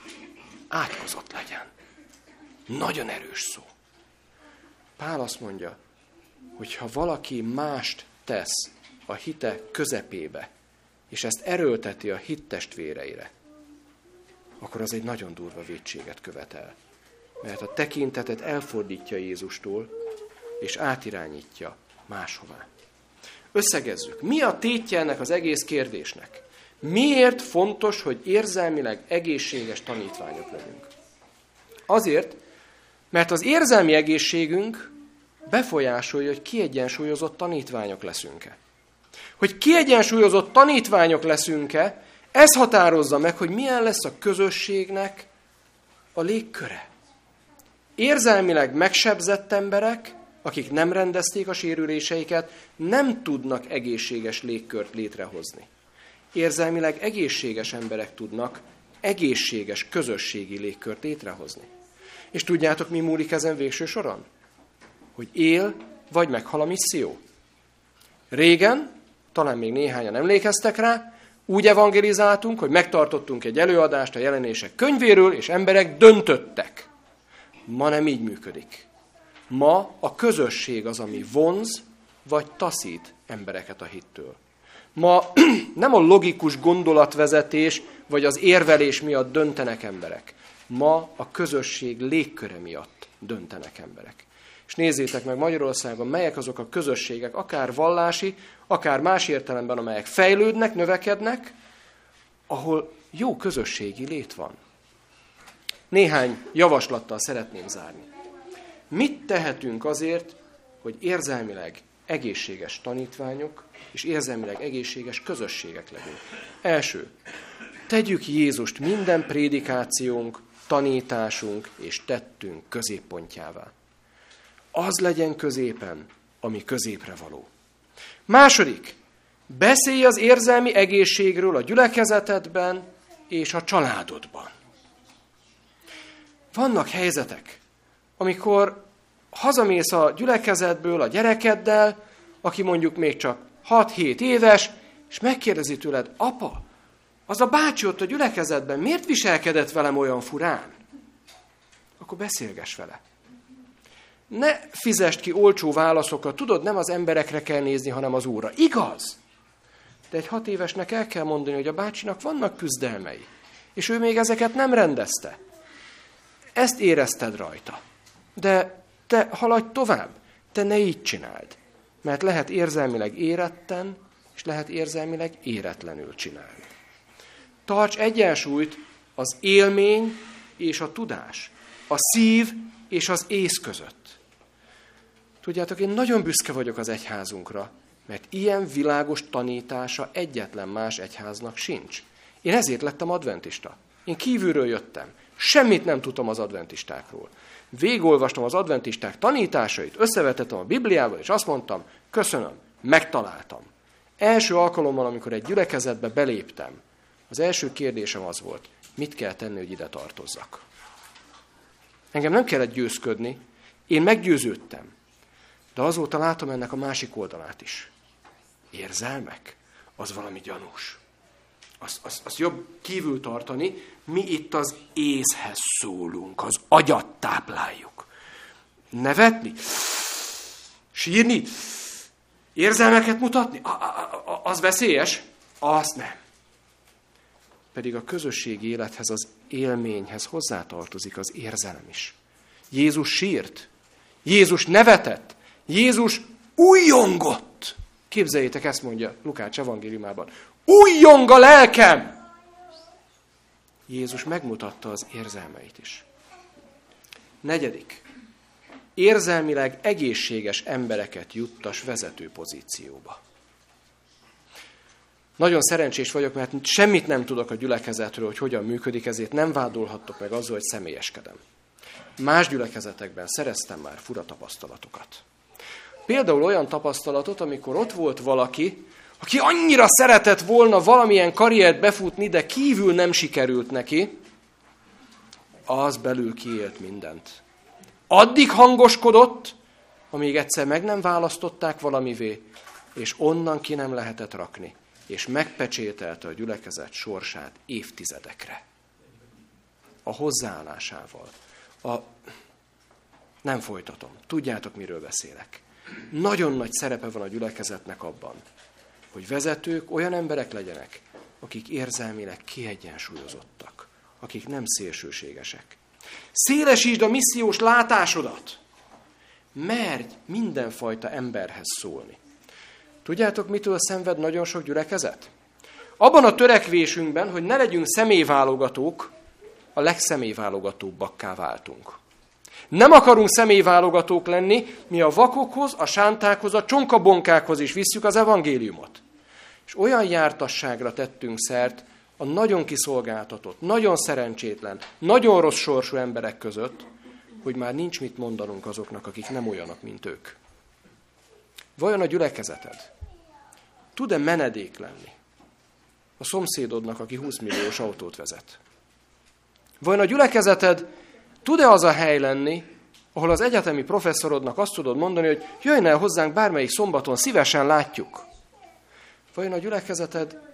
Átkozott legyen. Nagyon erős szó. Pál azt mondja, hogy ha valaki mást tesz a hite közepébe, és ezt erőlteti a hittestvéreire, akkor az egy nagyon durva vétséget követel. Mert a tekintetet elfordítja Jézustól, és átirányítja máshová. Összegezzük. Mi a tétje ennek az egész kérdésnek? Miért fontos, hogy érzelmileg egészséges tanítványok legyünk? Azért, mert az érzelmi egészségünk befolyásolja, hogy kiegyensúlyozott tanítványok leszünk-e. Hogy kiegyensúlyozott tanítványok leszünk-e, ez határozza meg, hogy milyen lesz a közösségnek a légköre. Érzelmileg megsebzett emberek, akik nem rendezték a sérüléseiket, nem tudnak egészséges légkört létrehozni. Érzelmileg egészséges emberek tudnak egészséges közösségi légkört létrehozni. És tudjátok, mi múlik ezen végső soron? Hogy él, vagy meghal a misszió. Régen, talán még néhányan emlékeztek rá, Úgy evangelizáltunk, hogy megtartottunk egy előadást a Jelenések könyvéről, és emberek döntöttek. Ma nem így működik. Ma a közösség az, ami vonz, vagy taszít embereket a hittől. Ma nem a logikus gondolatvezetés, vagy az érvelés miatt döntenek emberek. Ma a közösség légköre miatt döntenek emberek. És nézzétek meg Magyarországon, melyek azok a közösségek, akár vallási, akár más értelemben, amelyek fejlődnek, növekednek, ahol jó közösségi lét van. Néhány javaslattal szeretném zárni. Mit tehetünk azért, hogy érzelmileg egészséges tanítványok és érzelmileg egészséges közösségek legyünk? Első, tegyük Jézust minden prédikációnk, tanításunk és tettünk középpontjává. Az legyen középen, ami középre való. Második, beszélj az érzelmi egészségről a gyülekezetedben és a családodban. Vannak helyzetek, amikor hazamész a gyülekezetből a gyerekeddel, aki mondjuk még csak 6-7 éves, és megkérdezi tőled, apa, az a bácsi ott a gyülekezetben miért viselkedett velem olyan furán? Akkor beszélgess vele. Ne fizest ki olcsó válaszokat, tudod, nem az emberekre kell nézni, hanem az Úrra. Igaz? De egy 6 évesnek el kell mondani, hogy a bácsinak vannak küzdelmei, és ő még ezeket nem rendezte. Ezt érezted rajta. De te haladj tovább, te ne így csináld. Mert lehet érzelmileg éretten, és lehet érzelmileg éretlenül csinálni. Tarts egyensúlyt az élmény és a tudás, a szív és az ész között. Tudjátok, én nagyon büszke vagyok az egyházunkra, mert ilyen világos tanítása egyetlen más egyháznak sincs. Én ezért lettem adventista. Én kívülről jöttem. Semmit nem tudtam az adventistákról. Végigolvastam az adventisták tanításait, összevetettem a Bibliával, és azt mondtam, köszönöm, megtaláltam. Első alkalommal, amikor egy gyülekezetbe beléptem, az első kérdésem az volt, mit kell tenni, hogy ide tartozzak. Engem nem kellett győzködni, én meggyőződtem. De azóta látom ennek a másik oldalát is. Érzelmek? Az valami gyanús. Azt jobb kívül tartani, mi itt az észhez szólunk, az agyat tápláljuk. Nevetni? Sírni? Érzelmeket mutatni? Az veszélyes? Azt nem. Pedig a közösségi élethez, az élményhez hozzátartozik az érzelem is. Jézus sírt. Jézus nevetett. Jézus újjongott. Képzeljétek, ezt mondja Lukács evangéliumában. Újjong a lelkem! Jézus megmutatta az érzelmeit is. Negyedik. Érzelmileg egészséges embereket juttas vezető pozícióba. Nagyon szerencsés vagyok, mert semmit nem tudok a gyülekezetről, hogy hogyan működik, ezért nem vádolhattok meg azzal, hogy személyeskedem. Más gyülekezetekben szereztem már fura tapasztalatokat. Például olyan tapasztalatot, amikor ott volt valaki, aki annyira szeretett volna valamilyen karriert befutni, de kívül nem sikerült neki, az belül kiélt mindent. Addig hangoskodott, amíg egyszer meg nem választották valamivé, és onnan ki nem lehetett rakni, és megpecsételte a gyülekezet sorsát évtizedekre. A hozzáállásával. Nem folytatom. Tudjátok, miről beszélek. Nagyon nagy szerepe van a gyülekezetnek abban, hogy vezetők olyan emberek legyenek, akik érzelmileg kiegyensúlyozottak, akik nem szélsőségesek. Szélesítsd a missziós látásodat. Merj mindenfajta emberhez szólni. Tudjátok, mitől szenved nagyon sok gyülekezet? Abban a törekvésünkben, hogy ne legyünk személyválogatók, a legszemélyválogatóbbakká váltunk. Nem akarunk személyválogatók lenni, mi a vakokhoz, a sántákhoz, a csonkabonkákhoz is visszük az evangéliumot. És olyan jártasságra tettünk szert a nagyon kiszolgáltatott, nagyon szerencsétlen, nagyon rossz sorsú emberek között, hogy már nincs mit mondanunk azoknak, akik nem olyanok, mint ők. Vajon a gyülekezeted tud-e menedék lenni a szomszédodnak, aki 20 milliós autót vezet? Vajon a gyülekezeted tud-e az a hely lenni, ahol az egyetemi professzorodnak azt tudod mondani, hogy jöjjön el hozzánk bármelyik szombaton, szívesen látjuk? Vajon a gyülekezeted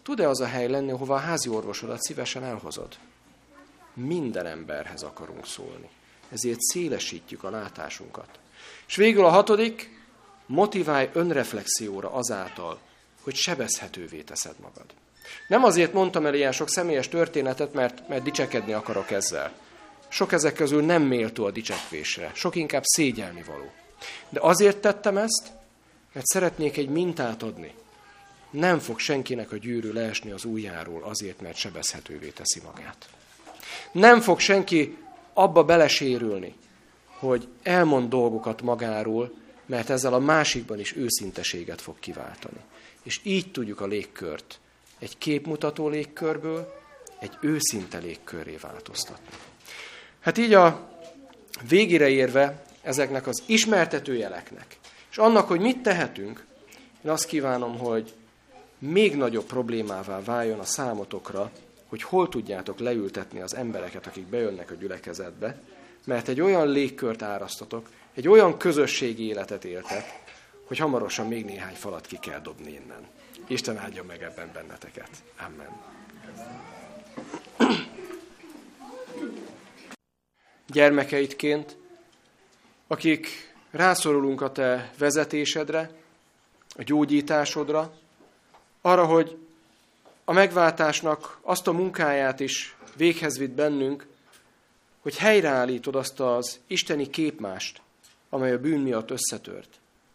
tud-e az a hely lenni, ahova a házi orvosodat szívesen elhozod? Minden emberhez akarunk szólni. Ezért szélesítjük a látásunkat. És végül a 6. motiválj önreflexióra azáltal, hogy sebezhetővé teszed magad. Nem azért mondtam el ilyen sok személyes történetet, mert dicsekedni akarok ezzel. Sok ezek közül nem méltó a dicsekvésre, sok inkább szégyelnivaló. De azért tettem ezt, mert szeretnék egy mintát adni. Nem fog senkinek a gyűrű leesni az ujjáról azért, mert sebezhetővé teszi magát. Nem fog senki abba belesérülni, hogy elmond dolgokat magáról, mert ezzel a másikban is őszinteséget fog kiváltani. És így tudjuk a légkört egy képmutató légkörből egy őszinte légkörré változtatni. Hát így a végére érve ezeknek az ismertető jeleknek, és annak, hogy mit tehetünk, én azt kívánom, hogy még nagyobb problémává váljon a számotokra, hogy hol tudjátok leültetni az embereket, akik bejönnek a gyülekezetbe, mert egy olyan légkört árasztatok, egy olyan közösségi életet éltek, hogy hamarosan még néhány falat ki kell dobni innen. Isten áldjon meg ebben benneteket. Amen. Gyermekeidként, akik rászorulunk a te vezetésedre, a gyógyításodra, arra, hogy a megváltásnak azt a munkáját is véghez vitt bennünk, hogy helyreállítod azt az isteni képmást, amely a bűn miatt összetört.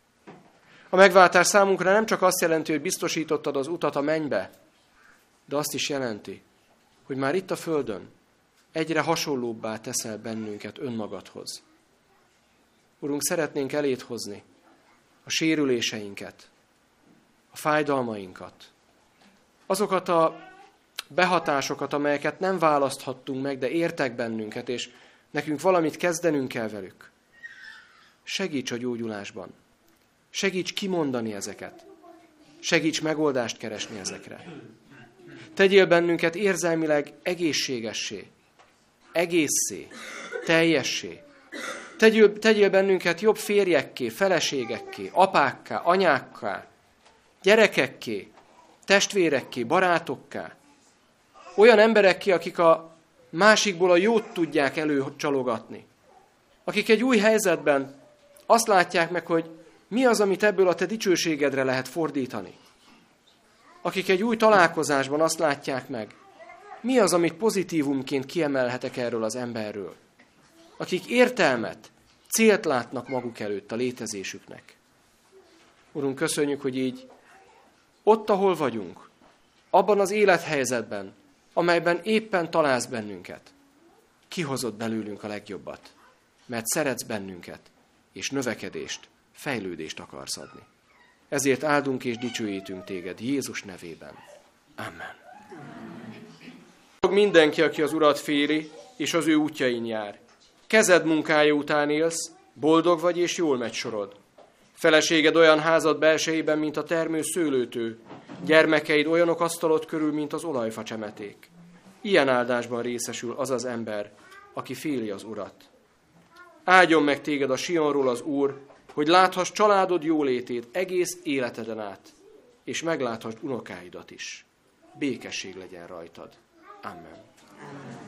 A megváltás számunkra nem csak azt jelenti, hogy biztosítottad az utat a mennybe, de azt is jelenti, hogy már itt a földön egyre hasonlóbbá teszel bennünket önmagadhoz. Urunk, szeretnénk eléd hozni a sérüléseinket, a fájdalmainkat, azokat a behatásokat, amelyeket nem választhattunk meg, de értek bennünket, és nekünk valamit kezdenünk kell velük. Segíts a gyógyulásban. Segíts kimondani ezeket. Segíts megoldást keresni ezekre. Tegyél bennünket érzelmileg egészségessé, egészszé, teljessé. Tegyél bennünket jobb férjekké, feleségekké, apákká, anyákká, gyerekekké, testvérekké, barátokká. Olyan emberekké, akik a másikból a jót tudják előcsalogatni. Akik egy új helyzetben azt látják meg, hogy mi az, amit ebből a te dicsőségedre lehet fordítani. Akik egy új találkozásban azt látják meg, mi az, amit pozitívumként kiemelhetek erről az emberről. Akik értelmet, célt látnak maguk előtt a létezésüknek. Urunk, köszönjük, hogy így ott, ahol vagyunk, abban az élethelyzetben, amelyben éppen találsz bennünket, kihozott belőlünk a legjobbat, mert szeretsz bennünket, és növekedést, fejlődést akarsz adni. Ezért áldunk és dicsőítünk téged Jézus nevében. Amen. Mindenki, aki az Urat féli, és az ő útjain jár. Kezed munkája után élsz, boldog vagy, és jól megy sorod. Feleséged olyan házad belsejében, mint a termő szőlőtő, gyermekeid olyanok asztalod körül, mint az olajfa csemeték. Ilyen áldásban részesül az az ember, aki féli az Urat. Áldjon meg téged a Sionról az Úr, hogy láthass családod jólétét egész életeden át, és megláthass unokáidat is. Békesség legyen rajtad. Amen.